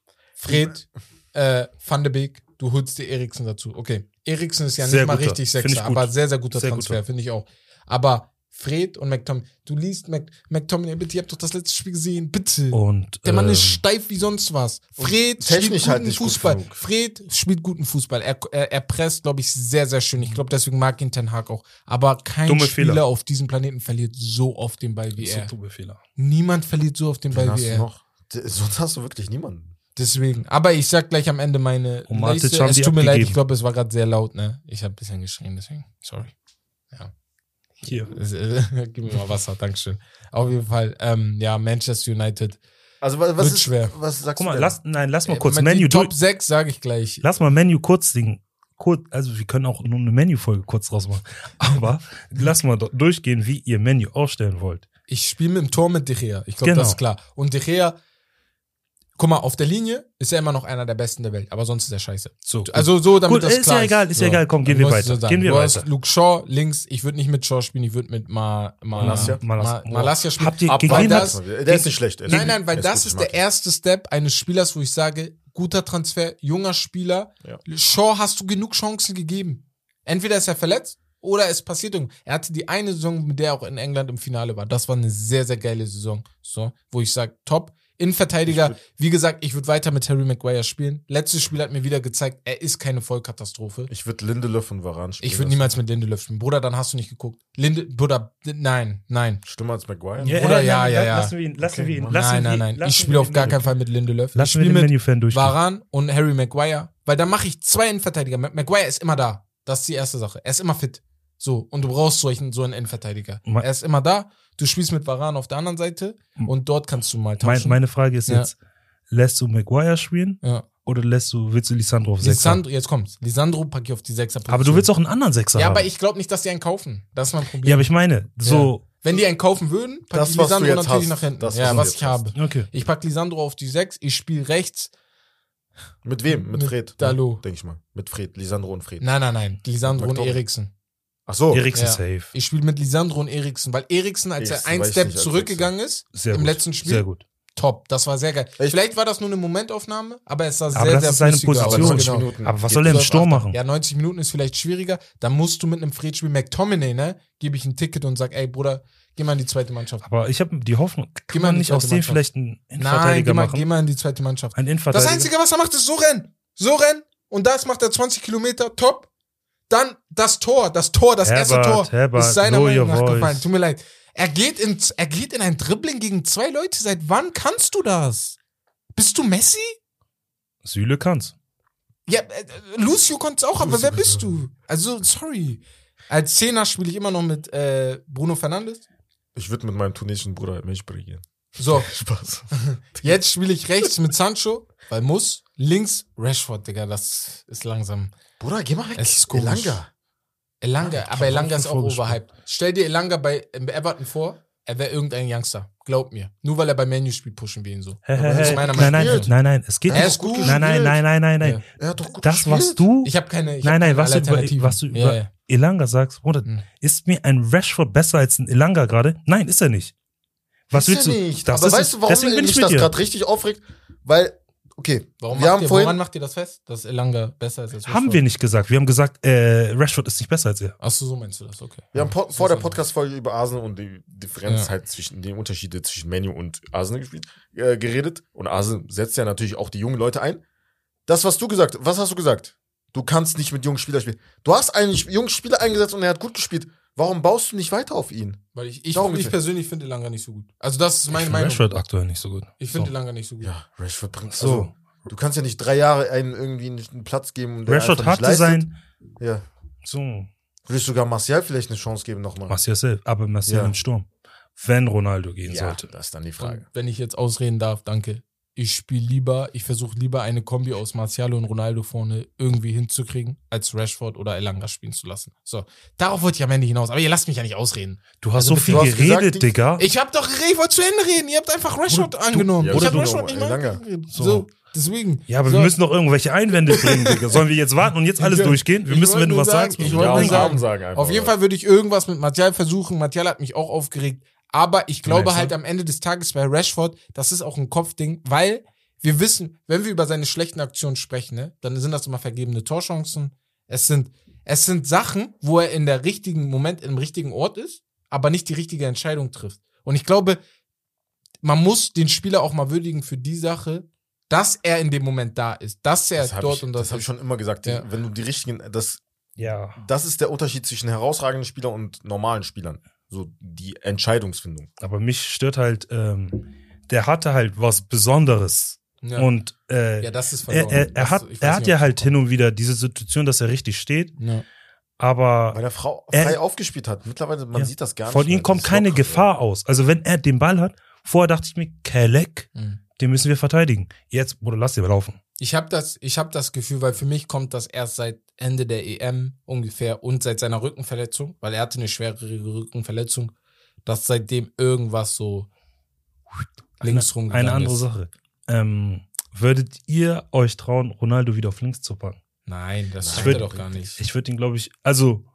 Fred, Van de Beek, du holst dir Eriksen dazu. Okay, Eriksen ist ja nicht mal richtig Sechser, aber sehr, sehr guter Transfer, finde ich auch. Aber Fred und McTominay, du liest McTominay, bitte, ihr habt doch das letzte Spiel gesehen, bitte. Und, der Mann ist steif wie sonst was. Fred spielt guten Fußball. Fred spielt guten Fußball. Er presst, glaube ich, sehr, sehr schön. Ich glaube, deswegen mag ihn Ten Hag auch. Aber kein Spieler auf diesem Planeten verliert so oft den Ball wie er. Dumme Fehler. Niemand verliert so oft den Ball wie er. Sonst hast du wirklich niemanden. Deswegen. Aber ich sag gleich am Ende meine nächste. Es tut mir leid, ich glaube, es war gerade sehr laut, ne? Ich habe ein bisschen geschrien, deswegen. Sorry. Ja. Hier. Gib mir mal Wasser, Dankeschön. Auf jeden Fall, ja, Manchester United. Also was ist schwer. Was sagst Guck mal, du? lass mal kurz Menu Top 6 sage ich gleich. Lass mal Menu kurz Ding. Also wir können auch nur eine Menü-Folge kurz draus machen. Aber lass mal durchgehen, wie ihr Menü aufstellen wollt. Ich spiele mit dem Tor mit De Gea. Ich glaube, das ist klar. Und De Gea, guck mal, auf der Linie ist er immer noch einer der Besten der Welt, aber sonst ist er scheiße. So, also so, damit gut, das klar ist. Ist ja egal, komm, gehen wir weiter. Du hast Luke Shaw links, ich würde nicht mit Shaw spielen, ich würde mit Malacia spielen. Habt ihr gegen der ist nicht schlecht. Nein, weil das ist der erste Step eines Spielers, wo ich sage, guter Transfer, junger Spieler. Ja. Shaw hast du genug Chancen gegeben. Entweder ist er verletzt oder es passiert irgendwas. Er hatte die eine Saison, mit der er auch in England im Finale war. Das war eine sehr, sehr geile Saison. So, wo ich sage, top. Innenverteidiger, wie gesagt, ich würde weiter mit Harry Maguire spielen. Letztes Spiel hat mir wieder gezeigt, er ist keine Vollkatastrophe. Ich würde Lindelöf und Varane spielen. Ich würde niemals mit Lindelöf spielen. Bruder, dann hast du nicht geguckt. Bruder, nein. Schlimmer als Maguire? Ja, Bruder, ja. Lassen wir ihn. Nein. Ich spiele auf gar keinen Fall mit Lindelöf. Lassen wir den Menü-Fan durch. Varane und Harry Maguire, weil dann mache ich 2 Innenverteidiger. Maguire ist immer da. Das ist die erste Sache. Er ist immer fit. So, und du brauchst so einen Innenverteidiger. Er ist immer da. Du spielst mit Varane auf der anderen Seite und dort kannst du mal tauschen. Meine Frage ist jetzt, lässt du Maguire spielen oder willst du Lisandro auf 6? Jetzt kommt's. Lisandro packe ich auf die 6er Position. Aber du willst auch einen anderen 6er haben. Ja, aber ich glaube nicht, dass die einen kaufen. Das ist mein Problem. Ja, aber ich meine, so... Ja. Wenn die einen kaufen würden, packe ich Lisandro natürlich nach hinten. Das, was ich habe. Okay. Ich packe Lisandro auf die 6, ich spiele rechts. Mit wem? Mit Fred? Dalot. Denke ich mal. Mit Fred, Lisandro und Fred. Nein. Lisandro und Eriksen. Ach so. Eriksen safe. Ich spiele mit Lisandro und Eriksen, weil Eriksen, als er einen Step zurückgegangen ist, im letzten Spiel, sehr gut. Top, das war sehr geil. Vielleicht war das nur eine Momentaufnahme, aber es sah aber sehr, das sehr ist seine Position. Genau. Aber was soll er im Sturm machen? Ja, 90 Minuten ist vielleicht schwieriger. Dann musst du mit einem Fred spielen. McTominay, ne? Gebe ich ein Ticket und sag, ey Bruder, geh mal in die zweite Mannschaft. Aber ich habe die Hoffnung, kann man nicht aus dem vielleicht einen Innenverteidiger machen? Geh mal in die zweite Mannschaft. Ein Innenverteidiger. Das Einzige, was er macht, ist so rennen. Und das macht er 20 Kilometer, top. Dann das erste Tor, ist seiner Meinung nach gefallen. Tut mir leid. Er geht in ein Dribbling gegen 2 Leute. Seit wann kannst du das? Bist du Messi? Süle kann's. Ja, Lucio konnte es auch, aber wer bist du? Also, sorry. Als Zehner spiele ich immer noch mit Bruno Fernandes. Ich würde mit meinem tunesischen Bruder Milchbrei gehen. So. Spaß. Jetzt spiele ich rechts mit Sancho, weil muss. Links Rashford, Digga, das ist langsam. Bruder, geh mal weg. Es ist komisch. Elanga, aber Elanga ist auch overhyped. Stell dir Elanga bei Everton vor, er wäre irgendein Youngster. Glaub mir. Nur weil er bei Man U spielt, pushen wir ihn so. Nein, es geht nicht. Er ist gut. Nein. Ja. Er hat doch gut das, gespielt. was du. Ich habe keine. Was du über Elanga sagst, Bruder, ist mir ein Rashford besser als ein Elanga gerade? Nein, ist er nicht. Was willst du? Nicht. Aber weißt du, warum mich das gerade richtig aufregt? Weil, okay, woran macht ihr das fest, dass Elanga besser ist als Rashford? Haben wir nicht gesagt. Wir haben gesagt, Rashford ist nicht besser als er. Achso, so meinst du das, okay. Wir haben vor der Podcast-Folge über Arsenal und die Differenz halt zwischen den Unterschiede zwischen Man U und Arsenal geredet. Und Arsenal setzt ja natürlich auch die jungen Leute ein. Was hast du gesagt? Du kannst nicht mit jungen Spielern spielen. Du hast einen jungen Spieler eingesetzt und er hat gut gespielt. Warum baust du nicht weiter auf ihn? Weil ich persönlich finde Elanga nicht so gut. Also das ist meine Meinung. Rashford aktuell nicht so gut. Ich finde Elanga nicht so gut. Ja, Rashford bringt so. Also, du kannst ja nicht 3 Jahre einen irgendwie einen Platz geben. Rashford hatte sein. Ja. So. Willst du sogar Martial vielleicht eine Chance geben nochmal? Martial selbst, aber Martial im Sturm. Wenn Ronaldo gehen sollte. Das ist dann die Frage. Und wenn ich jetzt ausreden darf, danke. ich versuche lieber eine Kombi aus Martial und Ronaldo vorne irgendwie hinzukriegen, als Rashford oder Elanga spielen zu lassen. So, darauf wollte ich am Ende hinaus. Aber ihr lasst mich ja nicht ausreden. Du hast so viel geredet, Digga. Ich hab doch geredet, ich wollte zu Ende reden. Ihr habt einfach Rashford angenommen. Ja, ich hab du Rashford nicht mal angeredet. So, deswegen. Ja, aber wir müssen noch irgendwelche Einwände bringen, Digga. Sollen wir jetzt warten und jetzt alles durchgehen? Wir müssen, wenn du was sagst. Ich wollte nur sagen. Auf jeden Fall würde ich irgendwas mit Martial versuchen. Martial hat mich auch aufgeregt. Aber ich glaube halt am Ende des Tages bei Rashford, das ist auch ein Kopfding, weil wir wissen, wenn wir über seine schlechten Aktionen sprechen, ne, dann sind das immer vergebene Torchancen. Es sind Sachen, wo er in der richtigen Moment, im richtigen Ort ist, aber nicht die richtige Entscheidung trifft. Und ich glaube, man muss den Spieler auch mal würdigen für die Sache, dass er in dem Moment da ist, dass er dort und das. Das habe ich schon immer gesagt. Ja. Wenn du die richtigen, das ist der Unterschied zwischen herausragenden Spielern und normalen Spielern. So die Entscheidungsfindung. Aber mich stört halt, der hatte halt was Besonderes. Ja. Und das ist verloren. er hat ja halt hin und wieder diese Situation, dass er richtig steht. Ja. Aber weil er frei aufgespielt hat. Mittlerweile, man sieht das gar nicht. Von ihm kommt keine Gefahr aus. Also wenn er den Ball hat, vorher dachte ich mir, Kelek, den müssen wir verteidigen. Jetzt, Bruder, lass den laufen. Ich hab das Gefühl, weil für mich kommt das erst seit Ende der EM ungefähr und seit seiner Rückenverletzung, weil er hatte eine schwerere Rückenverletzung, dass seitdem irgendwas so links rumgegangen ist. Eine andere Sache. Würdet ihr euch trauen, Ronaldo wieder auf links zu packen? Nein, das schafft er doch gar nicht. Ich würde ihn, glaube ich, also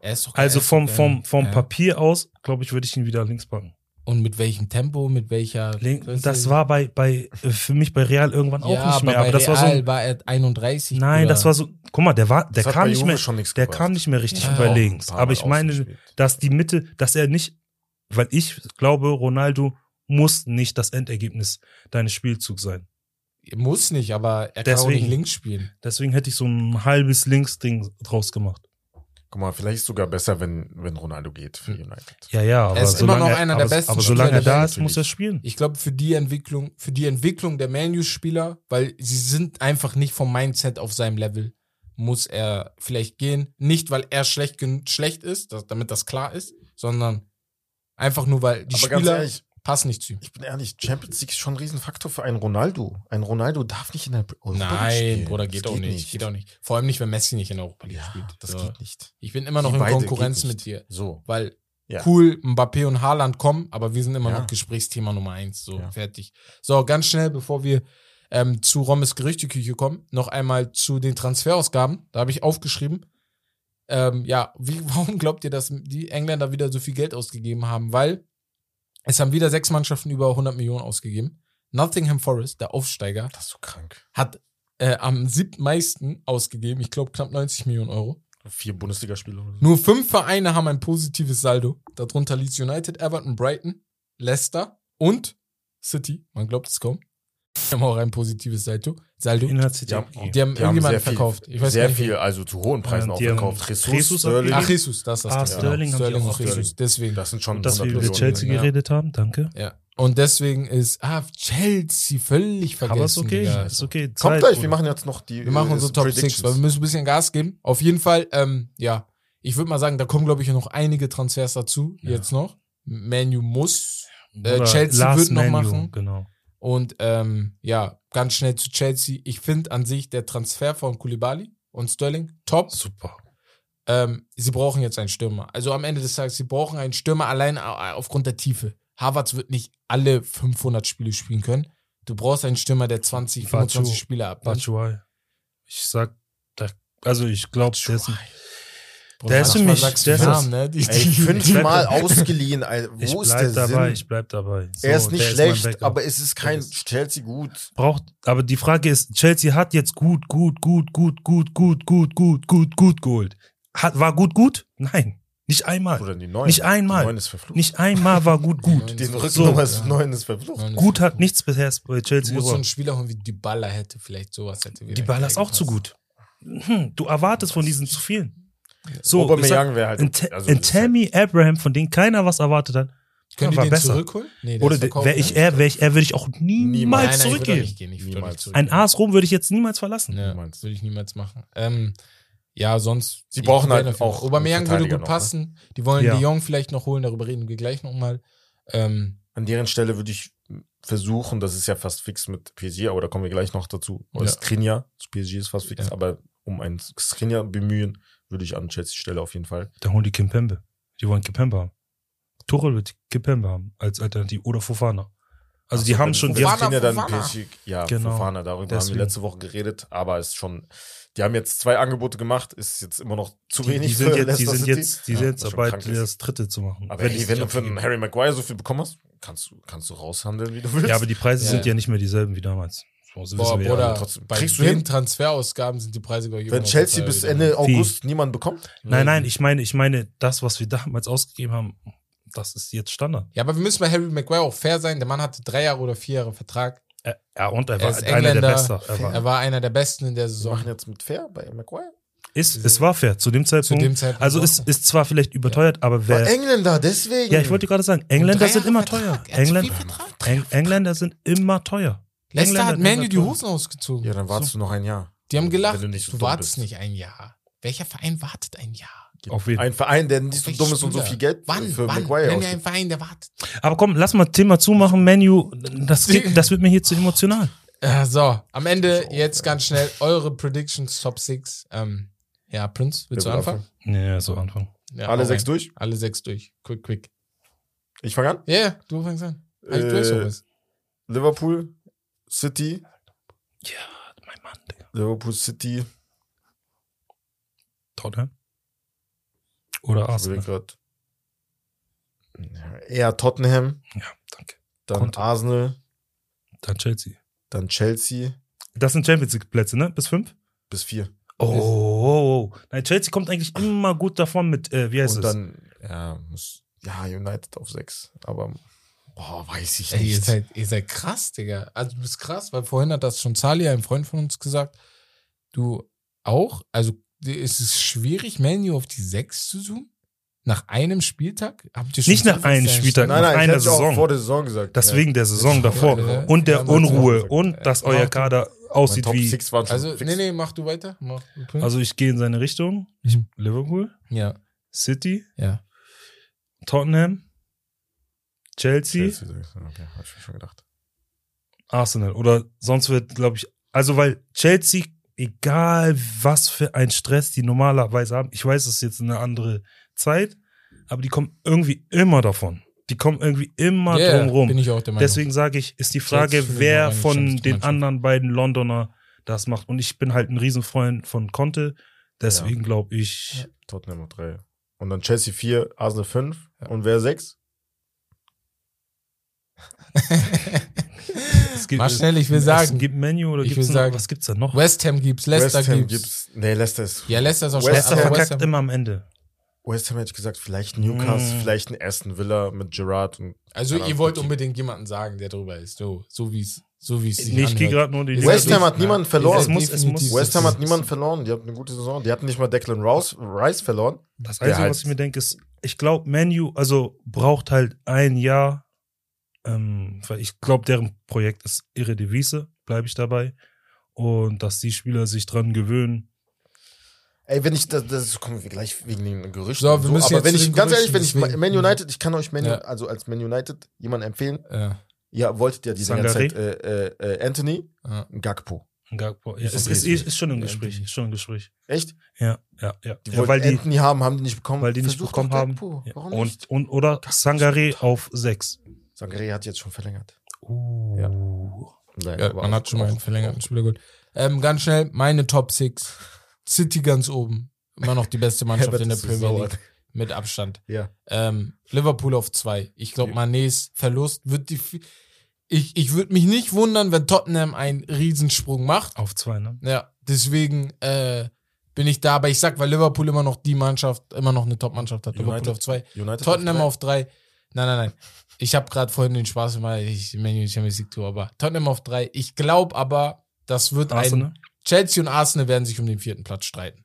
vom Papier aus, glaube ich, würde ich ihn wieder links packen. Und mit welchem Tempo, mit welcher... Das war für mich bei Real irgendwann auch nicht mehr. Aber das Real war er 31. Nein, oder? das war so, guck mal, der kam nicht mehr, der kam nicht mehr richtig über links. Aber ich meine, dass die Mitte, dass er nicht, weil ich glaube, Ronaldo muss nicht das Endergebnis deines Spielzugs sein. Muss nicht, aber er kann auch nicht links spielen. Deswegen hätte ich so ein halbes Links-Ding draus gemacht. Guck mal, vielleicht ist es sogar besser, wenn Ronaldo geht für United. Ja, aber er ist immer noch einer der besten aber solange er da ist, muss er spielen. Ich glaube, für die Entwicklung der Man U-Spieler, weil sie sind einfach nicht vom Mindset auf seinem Level, muss er vielleicht gehen. Nicht, weil er schlecht ist, damit das klar ist, sondern einfach nur, weil die Spieler passen nicht zu ihm. Ich bin ehrlich, Champions League ist schon ein Riesenfaktor für einen Ronaldo. Ein Ronaldo darf nicht in der Europa League spielen. Nein, Bruder, geht auch nicht. Vor allem nicht, wenn Messi nicht in der Europa League spielt. Das geht nicht. Ich bin immer noch in Konkurrenz mit dir. So. Weil cool, Mbappé und Haaland kommen, aber wir sind immer noch Gesprächsthema Nummer 1. So, fertig. So, ganz schnell, bevor wir zu Rommes Gerüchteküche kommen, noch einmal zu den Transferausgaben. Da habe ich aufgeschrieben, warum glaubt ihr, dass die Engländer wieder so viel Geld ausgegeben haben? Weil es haben wieder 6 Mannschaften über 100 Millionen ausgegeben. Nottingham Forest, der Aufsteiger, das ist so krank, hat am 7. meisten ausgegeben. Ich glaube, knapp 90 Millionen Euro. 4 Bundesligaspiele oder so. Nur 5 Vereine haben ein positives Saldo. Darunter Leeds United, Everton, Brighton, Leicester und City. Man glaubt es kaum. Die haben auch ein positives Saldo. Die haben irgendjemanden verkauft. Ich weiß sehr viel, also zu hohen Preisen auch verkauft. Jesus, Sterling. Ach, Jesus, das ist das. Sterling und Jesus. Deswegen. Das sind schon dass wir über Chelsea geredet haben, danke. Ja. Und deswegen ist Chelsea völlig vergessen. Aber ist okay. Kommt gleich, wir machen jetzt noch wir machen unsere Top 6, weil wir müssen ein bisschen Gas geben. Auf jeden Fall, ich würde mal sagen, da kommen, glaube ich, noch einige Transfers dazu, jetzt noch. Man U muss, Chelsea wird noch machen. Genau. Und ganz schnell zu Chelsea. Ich finde an sich der Transfer von Koulibaly und Sterling top. Super. Sie brauchen jetzt einen Stürmer. Also am Ende des Tages, sie brauchen einen Stürmer allein aufgrund der Tiefe. Havertz wird nicht alle 500 Spiele spielen können. Du brauchst einen Stürmer, der 20, 25 Spiele abnimmt. Ich glaube, der ist für mich, der ist Namen, ne? 5-mal ausgeliehen. Wo ist der Sinn? Ich bleib dabei. So, er ist nicht schlecht, aber es ist kein Chelsea gut. Aber die Frage ist, Chelsea hat jetzt gut geholt. War gut? Nein. Nicht einmal. Oder die 9. Nicht einmal. Die 9 ist verflucht. Nicht einmal war gut. Den Rückennummer 9 ist verflucht. Gut hat nichts bisher bei Chelsea gemacht. So ein Spieler wie Dybala hätte vielleicht sowas. Dybala ist auch zu gut. Du erwartest von diesen zu vielen. So, Aubameyang wäre halt. Tammy Abraham, von dem keiner was erwartet hat, können die den besser zurückholen? Nee, oder wäre ich er, würde ich auch niemals zurückgehen. Ich würde ein AS Rom würde ich jetzt niemals verlassen. Ja, würde ich niemals machen. Sonst. Sie brauchen halt auch. Aubameyang würde gut passen. Die wollen De Jong vielleicht noch holen, darüber reden wir gleich nochmal. An deren Stelle würde ich versuchen, das ist ja fast fix mit PSG, aber da kommen wir gleich noch dazu. Ja. Skriniar, das PSG ist fast fix, Ja. aber um einen Skriniar bemühen, würde ich an Chelsea Stelle auf jeden Fall. Dann holen die Kimpembe. Die wollen Kimpembe haben. Tuchel wird Kimpembe haben als Alternative oder Fofana. Also die haben schon, die haben, Skriniar dann Fofana. PSG, ja, Genau. Fofana, darüber haben Deswegen. wir letzte Woche geredet, aber ist schon, die haben jetzt 2 Angebote gemacht, ist jetzt immer noch zu wenig die sind für jetzt, die Leicester sind City. jetzt, die Ja, sind jetzt was schon dabei, krank ist. das dritte zu machen. Aber Wenn hey, es wenn sich du für einen aufgeben. Harry Maguire so viel bekommen hast, kannst du raushandeln, wie du willst. Ja, aber die Preise Ja. sind ja nicht mehr dieselben wie damals. So Boah, wissen wir ja Bruder, alle. trotzdem. bei Kriegst du den hin? Transferausgaben sind die Preise, glaube ich, wenn immer noch Chelsea teuer bis wieder. Ende August niemanden bekommt, Nein, ich meine, das, was wir damals ausgegeben haben, das ist jetzt Standard. Ja, aber wir müssen bei Harry Maguire auch fair sein. Der Mann hatte 3 Jahre oder 4 Jahre Vertrag. Ja, und er Er war ist einer der Engländer. Besten. Er war einer der Besten in der wir Saison. machen jetzt mit fair bei Maguire. Es war fair zu dem Zeitpunkt. Zu dem Zeitpunkt Also auch. ist zwar vielleicht überteuert, aber War wer. Engländer, deswegen. Ja, ich wollte gerade sagen, Engländer 3 sind Jahre immer Vertrag. teuer. Er hat so viel Vertrag. Engländer sind immer teuer. Leicester hat Engländer Manu sind die immer teuer. Hosen ausgezogen. Ja, dann wartest du noch ein Jahr. Die haben gelacht, Wenn du nicht so du dumm wartest bist. nicht ein Jahr. Welcher Verein wartet ein Jahr? Auf jeden Fall. Ein Verein, der nicht so Welche dumm ist und so Spieler? viel Geld Wann? für Wann? Maguire Nenn mir einen ausgibt. Verein, der wartet. Aber komm, lass mal Thema zumachen, Menu. Das wird mir hier zu emotional. So, am Ende jetzt ganz schnell eure Predictions Top 6. Ja, Prince, willst du Wer will anfangen? Ja, so Anfang. Ja, Alle hau 6 rein. durch? Alle 6 durch. Quick. Ich fange an. Ja, yeah, du fängst an. Du hast doch was. Liverpool, City, Ja, mein Mann, Digga. Liverpool City. Tottenham? Oder Ich will Arsenal? grad. Eher Tottenham, Ja, danke. dann Conte. Arsenal, Dann Chelsea. dann Chelsea Das sind Champions League Plätze, ne? Bis 5? bis 4. Oh. Nein, Chelsea kommt eigentlich immer gut davon mit, wie heißt Und es? dann, United auf 6. Aber, weiß ich Ey, nicht. ihr seid krass, Digga. Also du bist krass, weil vorhin hat das schon Sali, ein Freund von uns, gesagt. Du auch? Also ist es schwierig, Manu auf die 6 zu zoomen? Nach einem Spieltag? Habt ihr schon Nicht nach einem Spieltag, Nein, nach ich einer hätte auch Saison. vor der Saison gesagt. Das wegen der Saison Ja, davor. ja. Und der Ja, man hat Unruhe. gesagt. Und dass euer Kader Mein aussieht Top wie. 6 waren schon Also, fix. nee, mach du weiter. Mach du Prince. Also ich gehe in seine Richtung. Liverpool, ja, City, ja. Tottenham, Chelsea, Chelsea, okay, hab ich mir schon gedacht. Arsenal. Oder sonst wird, glaube ich, also weil Chelsea, egal was für ein Stress die normalerweise haben, ich weiß, es ist jetzt eine andere Zeit, aber die kommen irgendwie immer davon. Die kommen irgendwie immer Yeah, drum rum. bin ich auch der Meinung. Deswegen sage ich, ist die Frage, Chelsea finde ich wer auch eine von Champions den League-Mannschaft. anderen beiden Londoner das macht. Und ich bin halt ein Riesenfreund von Conte. Deswegen glaube ich, Tottenham auf 3. Und dann Chelsea 4, Arsenal 5. Ja. Und wer 6? es gibt, Mach schnell, ich will es sagen. gibt Menu oder Ich gibt's will noch, sagen. was gibt's da noch? West Ham gibt's, Leicester West Ham gibt's. Nee, Leicester ist. Ja, Leicester ist auch West schlecht, Ham aber verkackt West Ham. immer am Ende. West Ham hätte ich gesagt, vielleicht Newcastle, Mm. vielleicht ein Aston Villa mit Gerrard. Und Also keine ihr Ahnung, wollt Team. unbedingt jemanden sagen, der drüber ist. So wie es sich Nee, ich gehe anhört. gerade nur die Ihr West seid Ham nicht- hat niemanden Ihr verloren. seid Es muss- definitiv- West Ham hat niemanden verloren. Die hatten eine gute Saison. Die hatten nicht mal Declan Rice verloren. Das Der Einzige, halt- was ich mir denke, ist, ich glaube, Menu, also braucht halt ein Jahr, weil ich glaube, deren Projekt ist ihre Devise, bleibe ich dabei. Und dass die Spieler sich dran gewöhnen. Ey, wenn ich, das kommen wir gleich wegen den Gerüchten. So, und wir müssen aber jetzt wenn zu ich, den ganz ehrlich, wenn Gerüchten, ich deswegen- Man United, ich kann euch Ja. also als Man United jemanden empfehlen. Ja, Ihr wolltet ja die ganze Sangaré? Zeit Anthony ja. Gakpo. Gakpo. Ja, Ist es okay. ist schon im Ja, Gespräch, Anthony. ist schon im Gespräch. Echt? Ja. Die Ja, wollten weil die Anthony haben die nicht bekommen. weil die nicht Versucht bekommen doch haben. Gakpo. Ja. Warum nicht? Oder Sangaré auf 6. Sangaré hat jetzt schon verlängert. Ja. Nein, Ja, aber man auch- hat schon mal einen auch- verlängerten Spieler gut. Ganz schnell, meine Top 6. City ganz oben. Immer noch die beste Mannschaft Herbert in der ist so Premier sauer. League. Mit Abstand. Ja. Liverpool auf 2. Ich glaube, Ja. Manés Verlust wird ich würde mich nicht wundern, wenn Tottenham einen Riesensprung macht. Auf 2, ne? Ja, deswegen bin ich da. Aber ich sag, weil Liverpool immer noch die Mannschaft, immer noch eine Top-Mannschaft hat. Liverpool United? auf 2. United Tottenham drei. auf 3. Nein. Ich habe gerade vorhin den Spaß gemacht, ich Menu Champions League Tour, aber Tottenham auf 3. Ich glaube aber, das wird Arsenal? Chelsea und Arsenal werden sich um den 4. Platz streiten.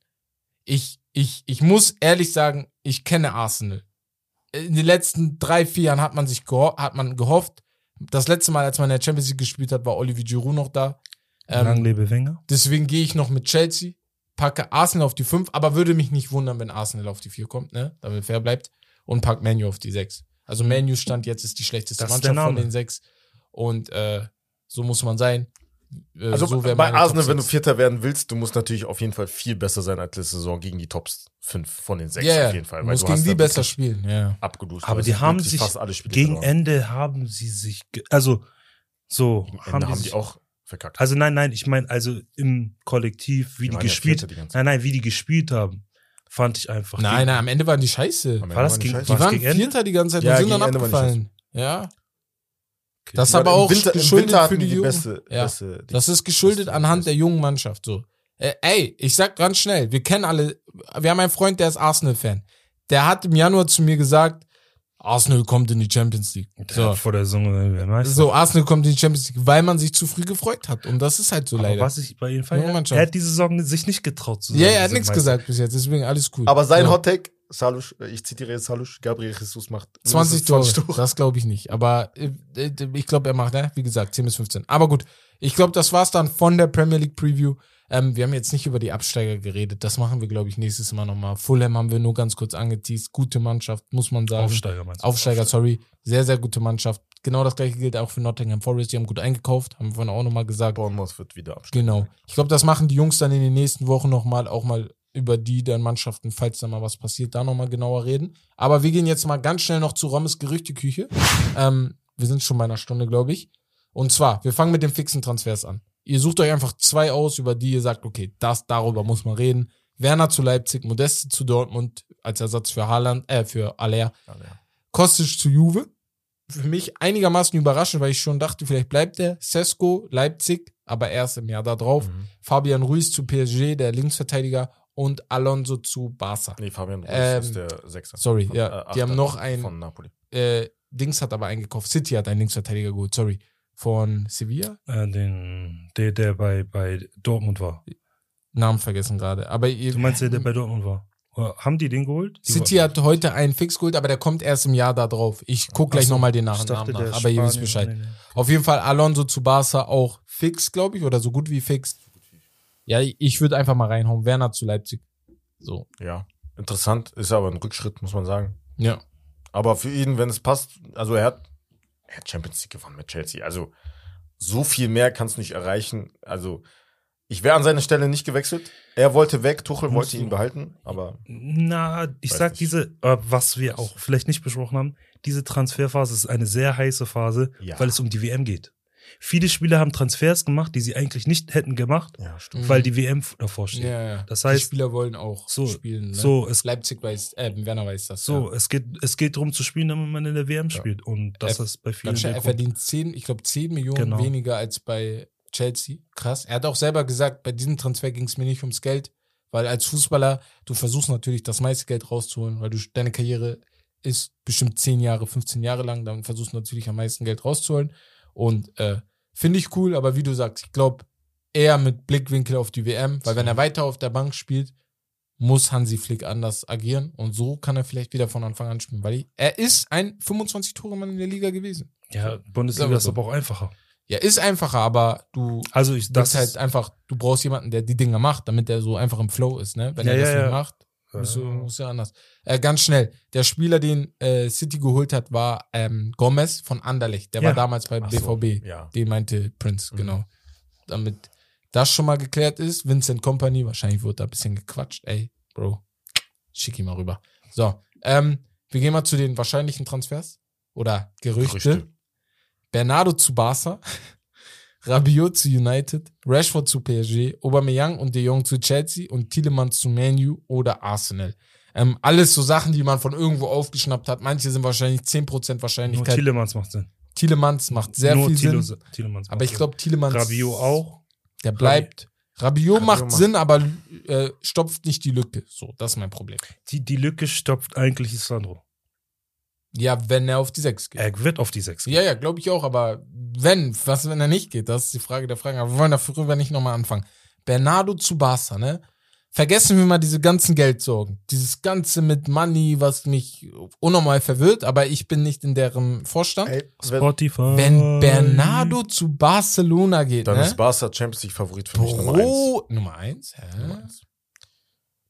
Ich muss ehrlich sagen, ich kenne Arsenal. In den letzten 3-4 Jahren hat man gehofft. Das letzte Mal, als man in der Champions League gespielt hat, war Olivier Giroud noch da. Lang lebe Wenger. Deswegen gehe ich noch mit Chelsea, packe Arsenal auf die 5, aber würde mich nicht wundern, wenn Arsenal auf die 4 kommt, ne? Damit fair bleibt. Und pack Manu auf die 6. Also Manu Stand jetzt ist die schlechteste Das ist der Mannschaft von Name. den 6. Und so muss man sein. Also so bei Arsenal, wenn du Vierter werden willst, du musst natürlich auf jeden Fall viel besser sein als letzte Saison gegen die Top 5 von den 6 auf jeden Fall. Du musst gegen die besser spielen, ja. Abgeduscht. Aber die haben sich, fast alle Spiele gegen verloren. Ende haben sie sich, also so. Haben die auch verkackt. Also nein, ich meine, also im Kollektiv, wie die gespielt, wie die gespielt haben, fand ich einfach. Nein, am Ende waren die scheiße. War das gegen, die waren Vierter die ganze Zeit und sind dann abgefallen. Ja. Okay. Das ist aber auch geschuldet für die Jungen. Das ist geschuldet anhand der jungen Mannschaft, so. Ey, ich sag ganz schnell, wir haben einen Freund, der ist Arsenal-Fan. Der hat im Januar zu mir gesagt, Arsenal kommt in die Champions League. So. Vor der Saison, so, Arsenal kommt in die Champions League, weil man sich zu früh gefreut hat. Und das ist halt so leider. Was ich bei ihm fand, er hat diese Saison sich nicht getraut zu sagen. Ja, er hat nichts gesagt bis jetzt, deswegen alles cool. Aber sein Hot-Take, Salush, ich zitiere jetzt Salush, Gabriel Jesus macht 20 Tore. Das glaube ich nicht. Aber ich glaube, er macht, wie gesagt, 10 bis 15. Aber gut, ich glaube, das war's dann von der Premier League Preview. Wir haben jetzt nicht über die Absteiger geredet. Das machen wir, glaube ich, nächstes Mal nochmal. Fulham haben wir nur ganz kurz angeteased. Gute Mannschaft, muss man sagen. Aufsteiger, sorry. Sehr, sehr gute Mannschaft. Genau das gleiche gilt auch für Nottingham Forest. Die haben gut eingekauft, haben wir vorhin auch nochmal gesagt. Bournemouth wird wieder absteigen. Genau. Ich glaube, das machen die Jungs dann in den nächsten Wochen nochmal, auch mal über die dann Mannschaften, falls da mal was passiert, da nochmal genauer reden. Aber wir gehen jetzt mal ganz schnell noch zu Rommes Gerüchteküche. Wir sind schon bei einer Stunde, glaube ich. Und zwar, wir fangen mit den fixen Transfers an. Ihr sucht euch einfach 2 aus, über die ihr sagt, okay, darüber muss man reden. Werner zu Leipzig, Modeste zu Dortmund als Ersatz für für Aller. Kostic zu Juve. Für mich einigermaßen überraschend, weil ich schon dachte, vielleicht bleibt der. Sesko, Leipzig, aber erst im Jahr da drauf. Fabian Ruiz zu PSG, der Linksverteidiger. Und Alonso zu Barca. Nee, Fabian Ruiz ist der Sechser. Sorry, ja. Die haben noch einen. Von Napoli. Dings hat aber eingekauft. City hat einen Linksverteidiger geholt, sorry. Von Sevilla? Der bei Dortmund war. Namen vergessen gerade. Aber du meinst der bei Dortmund war? Oder haben die den geholt? City hat heute einen Fix geholt, aber der kommt erst im Jahr da drauf. Ich guck gleich nochmal den Namen nach. Aber ihr wisst Bescheid. Nee. Auf jeden Fall Alonso zu Barca auch fix, glaube ich, oder so gut wie fix. Ja, ich würde einfach mal reinhauen. Werner zu Leipzig. So. Ja, interessant. Ist aber ein Rückschritt, muss man sagen. Ja. Aber für ihn, wenn es passt, also er hat Champions League gewonnen mit Chelsea. Also so viel mehr kannst du nicht erreichen. Also ich wäre an seiner Stelle nicht gewechselt. Er wollte weg, Tuchel wollte ihn behalten, aber ich sag was wir auch vielleicht nicht besprochen haben, diese Transferphase ist eine sehr heiße Phase, weil es um die WM geht. Viele Spieler haben Transfers gemacht, die sie eigentlich nicht hätten gemacht, weil die WM davor steht. Ja. Das heißt, die Spieler wollen auch spielen. Ne? Leipzig weiß, Werner weiß das. So, es geht darum zu spielen, damit man in der WM spielt. Und das ist bei vielen. Er verdient 10 Millionen weniger als bei Chelsea. Krass. Er hat auch selber gesagt, bei diesem Transfer ging es mir nicht ums Geld, weil als Fußballer, du versuchst natürlich das meiste Geld rauszuholen, weil deine Karriere ist bestimmt 10 Jahre, 15 Jahre lang, dann versuchst du natürlich am meisten Geld rauszuholen. Und finde ich cool, aber wie du sagst, ich glaube eher mit Blickwinkel auf die WM, weil wenn er weiter auf der Bank spielt, muss Hansi Flick anders agieren und so kann er vielleicht wieder von Anfang an spielen, weil er ist ein 25-Tore-Mann in der Liga gewesen. Ja, Bundesliga ist aber auch einfacher. Ja, ist einfacher, aber du du brauchst jemanden, der die Dinger macht, damit der so einfach im Flow ist, ne? Wenn er das nicht macht, muss ja anders. Ganz schnell, der Spieler, den City geholt hat, war Gomez von Anderlecht. Der war damals bei BVB. Den meinte Prince, genau. Damit das schon mal geklärt ist, Vincent Kompany, wahrscheinlich wurde da ein bisschen gequatscht. Ey, Bro, schick ihn mal rüber. So, wir gehen mal zu den wahrscheinlichen Transfers oder Gerüchte. Bernardo zu Barca, Rabiot zu United, Rashford zu PSG, Aubameyang und De Jong zu Chelsea und Tielemans zu Man U oder Arsenal. Alles so Sachen, die man von irgendwo aufgeschnappt hat. Manche sind wahrscheinlich 10% Wahrscheinlichkeit. Nur Tielemans macht Sinn. Tielemans macht sehr viel Sinn. Aber ich glaube, Tielemans... Rabiot auch. Der bleibt. Rabiot macht Sinn, aber stopft nicht die Lücke. So, das ist mein Problem. Die Lücke stopft eigentlich Sandro. Ja, wenn er auf die 6 geht. Er wird auf die 6 gehen. Ja, glaube ich auch, aber wenn er nicht geht? Das ist die Frage der Fragen. Aber wir wollen darüber nicht nochmal anfangen. Bernardo zu Barca, ne? Vergessen wir mal diese ganzen Geldsorgen. Dieses Ganze mit Money, was mich unnormal verwirrt, aber ich bin nicht in deren Vorstand. Spotify. Wenn Bernardo zu Barcelona geht, dann ne? ist Barca Champions League Favorit für mich Nummer 1. Nummer 1? Hä?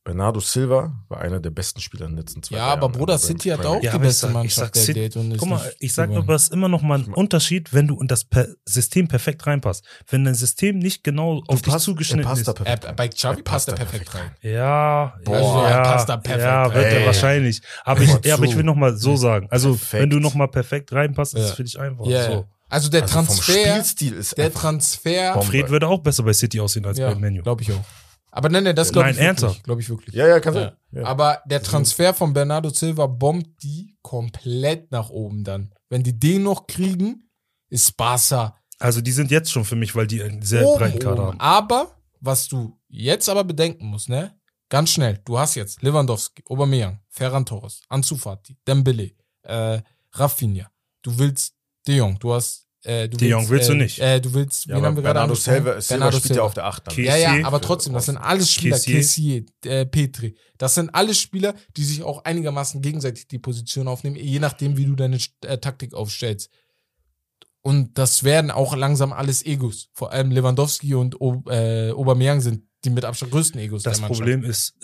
Bernardo Silva war einer der besten Spieler in den letzten 2 Jahren. Ja, aber Bruder, City hat auch die beste Mannschaft der Welt. Guck mal, ich sag aber, es ist immer noch mal ein Unterschied, wenn du in das System perfekt reinpasst. Wenn dein System nicht genau auf dich zugeschnitten ist. Bei Xavi passt er perfekt rein. Ja, passt da perfekt rein. Wird er wahrscheinlich. Aber ich will noch mal so sagen. Also, wenn du noch mal perfekt reinpasst, ist es für dich einfach. So. Also der Transfer, vom Spielstil ist Fred würde auch besser bei City aussehen als bei Man U. Glaube ich auch. Aber nein, das glaube ich wirklich. Glaube ich wirklich. Ja, kann sein. Ja. Aber der Transfer von Bernardo Silva bombt die komplett nach oben dann. Wenn die den noch kriegen, ist Barca. Also die sind jetzt schon für mich, weil die einen sehr breiten Kader haben. Aber, was du jetzt aber bedenken musst, ne? Ganz schnell. Du hast jetzt Lewandowski, Aubameyang, Ferran Torres, Ansu Fati, Dembele, Rafinha. Du willst De Jong, du hast De Jong willst du nicht. Du willst, wen haben wir gerade angesprochen? Silva spielt ja auf der 8. Ja, aber trotzdem, das sind alles Spieler, Kessié, Petri, das sind alles Spieler, die sich auch einigermaßen gegenseitig die Position aufnehmen, je nachdem, wie du deine Taktik aufstellst. Und das werden auch langsam alles Egos. Vor allem Lewandowski und Aubameyang sind die mit Abstand größten Egos der Mannschaft. Das Problem ist,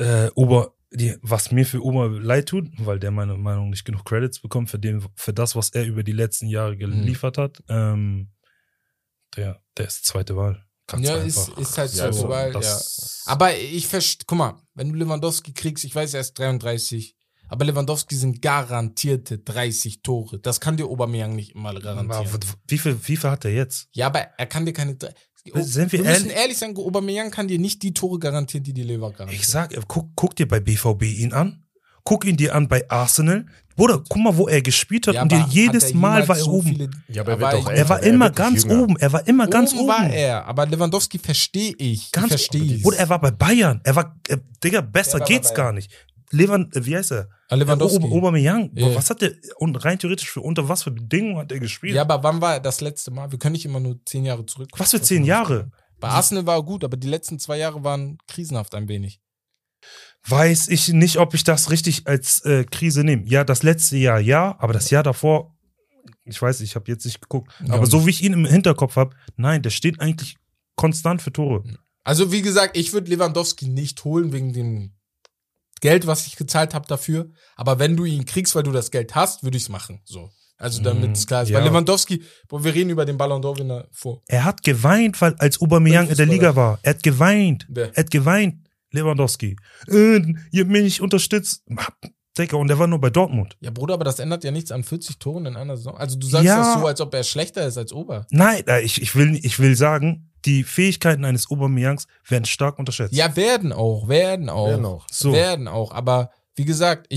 was mir für Oma leid tut, weil der meiner Meinung nach nicht genug Credits bekommt für das, was er über die letzten Jahre geliefert hat. Der ist zweite Wahl. Ist halt so. Weil, Aber guck mal, wenn du Lewandowski kriegst, ich weiß, er ist 33, aber Lewandowski sind garantierte 30 Tore. Das kann dir Aubameyang nicht immer garantieren. Wie viel hat er jetzt? Ja, aber er kann dir keine... Sind wir müssen ehrlich sein, Aubameyang kann dir nicht die Tore garantieren, die Lever garantieren. Ich sag, guck dir bei BVB ihn an. Guck ihn dir an bei Arsenal. Bruder, guck mal, wo er gespielt hat. Und dir jedes Mal war er oben. Er war immer ganz oben. Er war immer ganz oben. War er. Aber Lewandowski verstehe ich. Bruder, er war bei Bayern. Er war, Digga, besser geht's gar nicht. Wie heißt er? Lewandowski. Aubameyang. Ja. Was hat der, und rein theoretisch unter was für Bedingungen hat er gespielt? Ja, aber wann war er das letzte Mal? Wir können nicht immer nur 10 Jahre zurück. Was für 10 Jahre? Bei Arsenal war er gut, aber die letzten 2 Jahre waren krisenhaft ein wenig. Weiß ich nicht, ob ich das richtig als Krise nehme. Ja, das letzte Jahr ja, aber das Jahr davor, ich weiß, ich habe jetzt nicht geguckt, aber so wie ich ihn im Hinterkopf habe, nein, der steht eigentlich konstant für Tore. Also wie gesagt, ich würde Lewandowski nicht holen wegen dem Geld, was ich gezahlt habe dafür. Aber wenn du ihn kriegst, weil du das Geld hast, würde ich es machen. So. Also damit es klar ist. Weil Lewandowski, wir reden über den Ballon d'Or vor. Er hat geweint, weil als Aubameyang in der Liga war. Er hat geweint. Er hat geweint, Lewandowski. Ihr habt mich nicht unterstützt. Digga, und er war nur bei Dortmund. Ja, Bruder, aber das ändert ja nichts an 40 Toren in einer Saison. Also du sagst das so, als ob er schlechter ist als Ober. Nein, ich will sagen, die Fähigkeiten eines Aubameyangs werden stark unterschätzt. Ja, werden auch. Werden auch. Aber wie gesagt,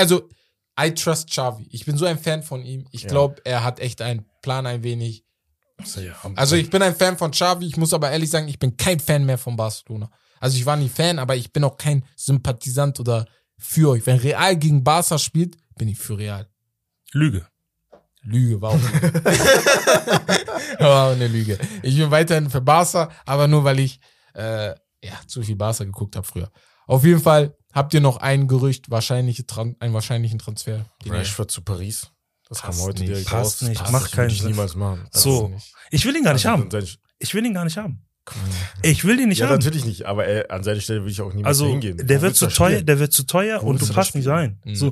I trust Xavi. Ich bin so ein Fan von ihm. Ich glaube, er hat echt einen Plan ein wenig. Also ich bin ein Fan von Xavi. Ich muss aber ehrlich sagen, ich bin kein Fan mehr von Barcelona. Also ich war nie Fan, aber ich bin auch kein Sympathisant oder für euch. Wenn Real gegen Barca spielt, bin ich für Real. Lüge, war auch war auch eine Lüge. Ich bin weiterhin für Barca, aber nur weil ich zu viel Barca geguckt habe früher. Auf jeden Fall habt ihr noch ein Gerücht, einen wahrscheinlichen Transfer. Rashford zu Paris. Das kam heute direkt raus. Nicht. Das macht keinen Sinn. Niemals machen. So, ich will ihn gar nicht haben. Ich will ihn gar nicht haben. Ich will den nicht haben. Ja, natürlich nicht, aber an seiner Stelle will ich auch niemals hingehen. Der wird zu teuer und du passt nicht rein. So,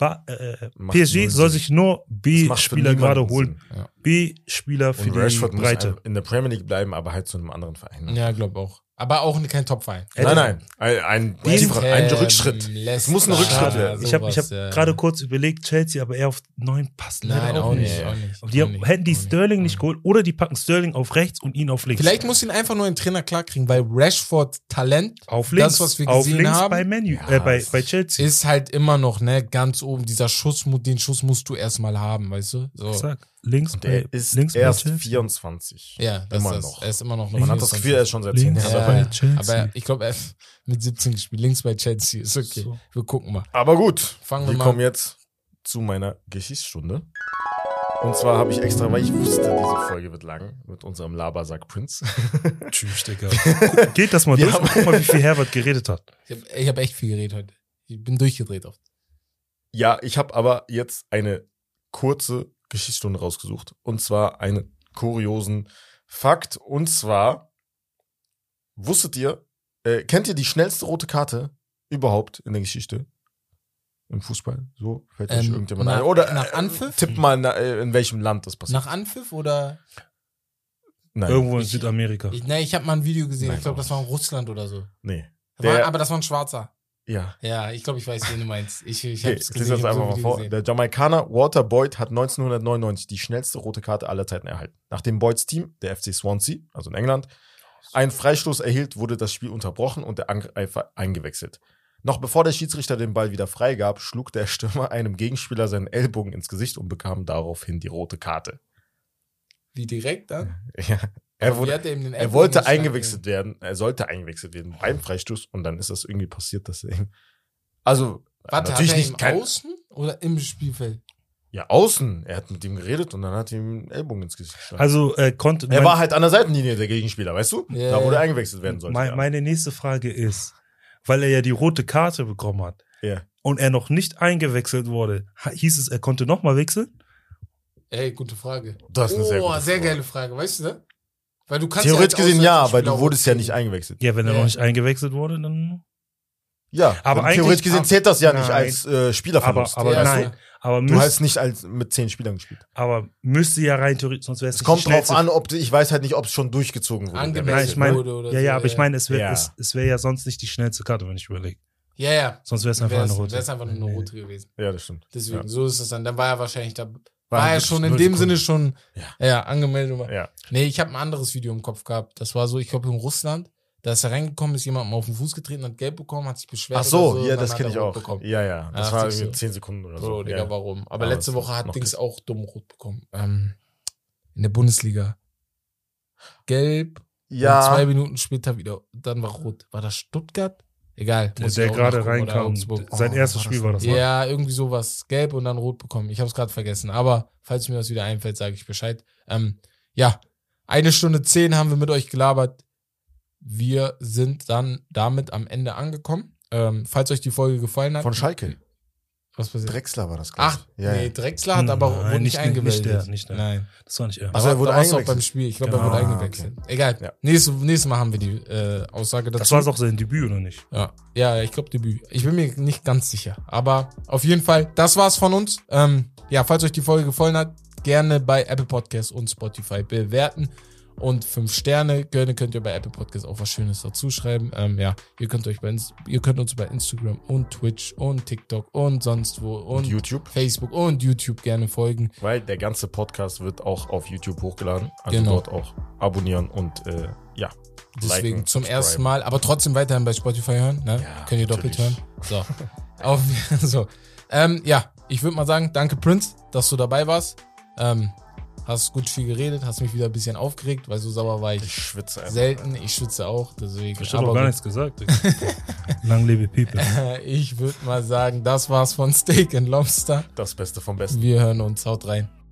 PSG soll sich nur B-Spieler gerade holen. Ja. B-Spieler für die Rashford Breite. Muss in der Premier League bleiben, aber halt zu einem anderen Verein. Ja, glaube auch. Aber auch kein Top-Verein. Nein. Ein Rückschritt. Es muss ein Rückschritt werden. Ich hab gerade kurz überlegt, Chelsea, aber eher auf 9 passen. Nein, auch nicht. Hätten die Sterling nicht geholt oder die packen Sterling auf rechts und ihn auf links. Vielleicht muss ihn einfach nur ein Trainer klarkriegen, weil Rashford Talent, auf links, das, was wir gesehen haben, bei Chelsea, ist halt immer noch ganz oben. Dieser den Schuss musst du erstmal haben, weißt du? So. Ich sag, links, und er ist erst 24. Ja, er ist immer noch. Man hat das Gefühl, er ist schon seit 10 Jahren. Aber ich glaube, er hat mit 17 gespielt. Links bei Chelsea. Ist okay. So. Wir gucken mal. Aber gut, wir kommen jetzt zu meiner Geschichtsstunde. Und zwar habe ich extra, weil ich wusste, diese Folge wird lang, mit unserem Labersack Prince. Tschüss, Digga. Geht das mal durch und guck mal, wie viel Herbert geredet hat. Ich hab echt viel geredet heute. Ich bin durchgedreht oft. Ja, ich habe aber jetzt eine kurze Geschichtsstunde rausgesucht. Und zwar einen kuriosen Fakt. Und zwar, wusstet ihr, kennt ihr die schnellste rote Karte überhaupt in der Geschichte? Im Fußball? So fällt euch irgendjemand ein. Oder nach Anpfiff? Tipp mal, in welchem Land das passiert. Nach Anpfiff oder? Nein. Irgendwo in Südamerika. Ich habe mal ein Video gesehen. Nein, ich glaube, das war in Russland oder so. Nee. Aber das war ein Schwarzer. Ja. Ja, ich glaube, ich weiß, wen du meinst. Ich Okay, habe es gesehen. das einfach mal vor. Der Jamaikaner Walter Boyd hat 1999 die schnellste rote Karte aller Zeiten erhalten. Nachdem Boyds Team, der FC Swansea, also in England, einen Freistoß erhielt, wurde das Spiel unterbrochen und der Angreifer eingewechselt. Noch bevor der Schiedsrichter den Ball wieder freigab, schlug der Stürmer einem Gegenspieler seinen Ellbogen ins Gesicht und bekam daraufhin die rote Karte. Wie direkt dann? Ja. Er wollte eingewechselt werden. Er sollte eingewechselt werden beim Freistoß und dann ist das irgendwie passiert, dass er ihm. Also, warte, natürlich hat er nicht im Außen oder im Spielfeld? Ja, außen. Er hat mit ihm geredet und dann hat er ihm den Ellbogen ins Gesicht geschlagen. Also, er war halt an der Seitenlinie, der Gegenspieler, weißt du? Yeah. Da, wo er eingewechselt werden sollte. Meine nächste Frage ist, weil er ja die rote Karte bekommen hat und er noch nicht eingewechselt wurde, hieß es, er konnte nochmal wechseln? Ey, gute Frage. Das ist eine sehr gute Frage. Sehr geile Frage, weißt du? Weil du kannst theoretisch gesehen ja, weil du wurdest ja nicht eingewechselt. Ja, wenn er noch nicht eingewechselt wurde, dann. Ja, aber theoretisch gesehen zählt das ja nicht als Spielerverlust. Aber nein. Aber du hast nicht mit 10 Spielern gespielt. Aber müsste ja rein theoretisch, sonst wäre es nicht. Es kommt drauf an, ich weiß halt nicht, ob es schon durchgezogen wurde. Nein, ich meine, aber ich meine, es wäre ja sonst nicht die schnellste Karte, wenn ich überlege. Ja. Sonst wäre es einfach eine rote. Wäre es einfach nur eine rote gewesen. Ja, das stimmt. Deswegen, so ist es dann. Dann war er wahrscheinlich da. War er schon in dem Sinne schon angemeldet. Ja. Nee, ich habe ein anderes Video im Kopf gehabt. Das war so, ich glaube in Russland, da ist er reingekommen, ist jemandem auf den Fuß getreten, hat Gelb bekommen, hat sich beschwert. Ach so, so, ja, das kenne ich auch. Bekommen. Ja. Das war irgendwie 10 Sekunden oder so. Bro, Digga, warum? Aber letzte Woche hat Dings auch dumm rot bekommen. In der Bundesliga. Gelb. Ja. Und 2 Minuten später wieder. Dann war rot. War das Stuttgart? Egal. Der gerade reinkam. Sein erstes Spiel war das. Ja, irgendwie sowas. Gelb und dann rot bekommen. Ich habe es gerade vergessen. Aber falls mir das wieder einfällt, sage ich Bescheid. 1:10 haben wir mit euch gelabert. Wir sind dann damit am Ende angekommen. Falls euch die Folge gefallen hat. Von Schalke. Was passiert? Drexler war das, glaube ich. Nee, Drexler hat aber wurde nicht eingewechselt. Nicht der. Nein. Das war nicht er. Also er wurde auch beim Spiel. Ich glaube, er wurde eingewechselt. Okay. Egal. Ja. Nächstes Mal haben wir die Aussage dazu. Das war auch sein Debüt, oder nicht? Ja, ich glaube Debüt. Ich bin mir nicht ganz sicher. Aber auf jeden Fall, das war's von uns. Falls euch die Folge gefallen hat, gerne bei Apple Podcasts und Spotify bewerten. Und 5 Sterne könnt ihr bei Apple Podcasts auch was Schönes dazu schreiben. Ihr könnt uns bei Instagram und Twitch und TikTok und sonst wo und YouTube, Facebook und YouTube gerne folgen. Weil der ganze Podcast wird auch auf YouTube hochgeladen. Also dort auch abonnieren und deswegen liken, zum ersten Mal, aber trotzdem weiterhin bei Spotify hören. Ne? Ja, könnt ihr doppelt hören. So. Ich würde mal sagen, danke Prince, dass du dabei warst. Hast gut viel geredet, hast mich wieder ein bisschen aufgeregt, weil so sauer war ich schwitze einfach, selten. Ich schwitze auch, deswegen. Ich habe doch gar nichts gesagt. Lang lebe People. Ich würde mal sagen, das war's von Steak and Lobster. Das Beste vom Besten. Wir hören uns. Haut rein.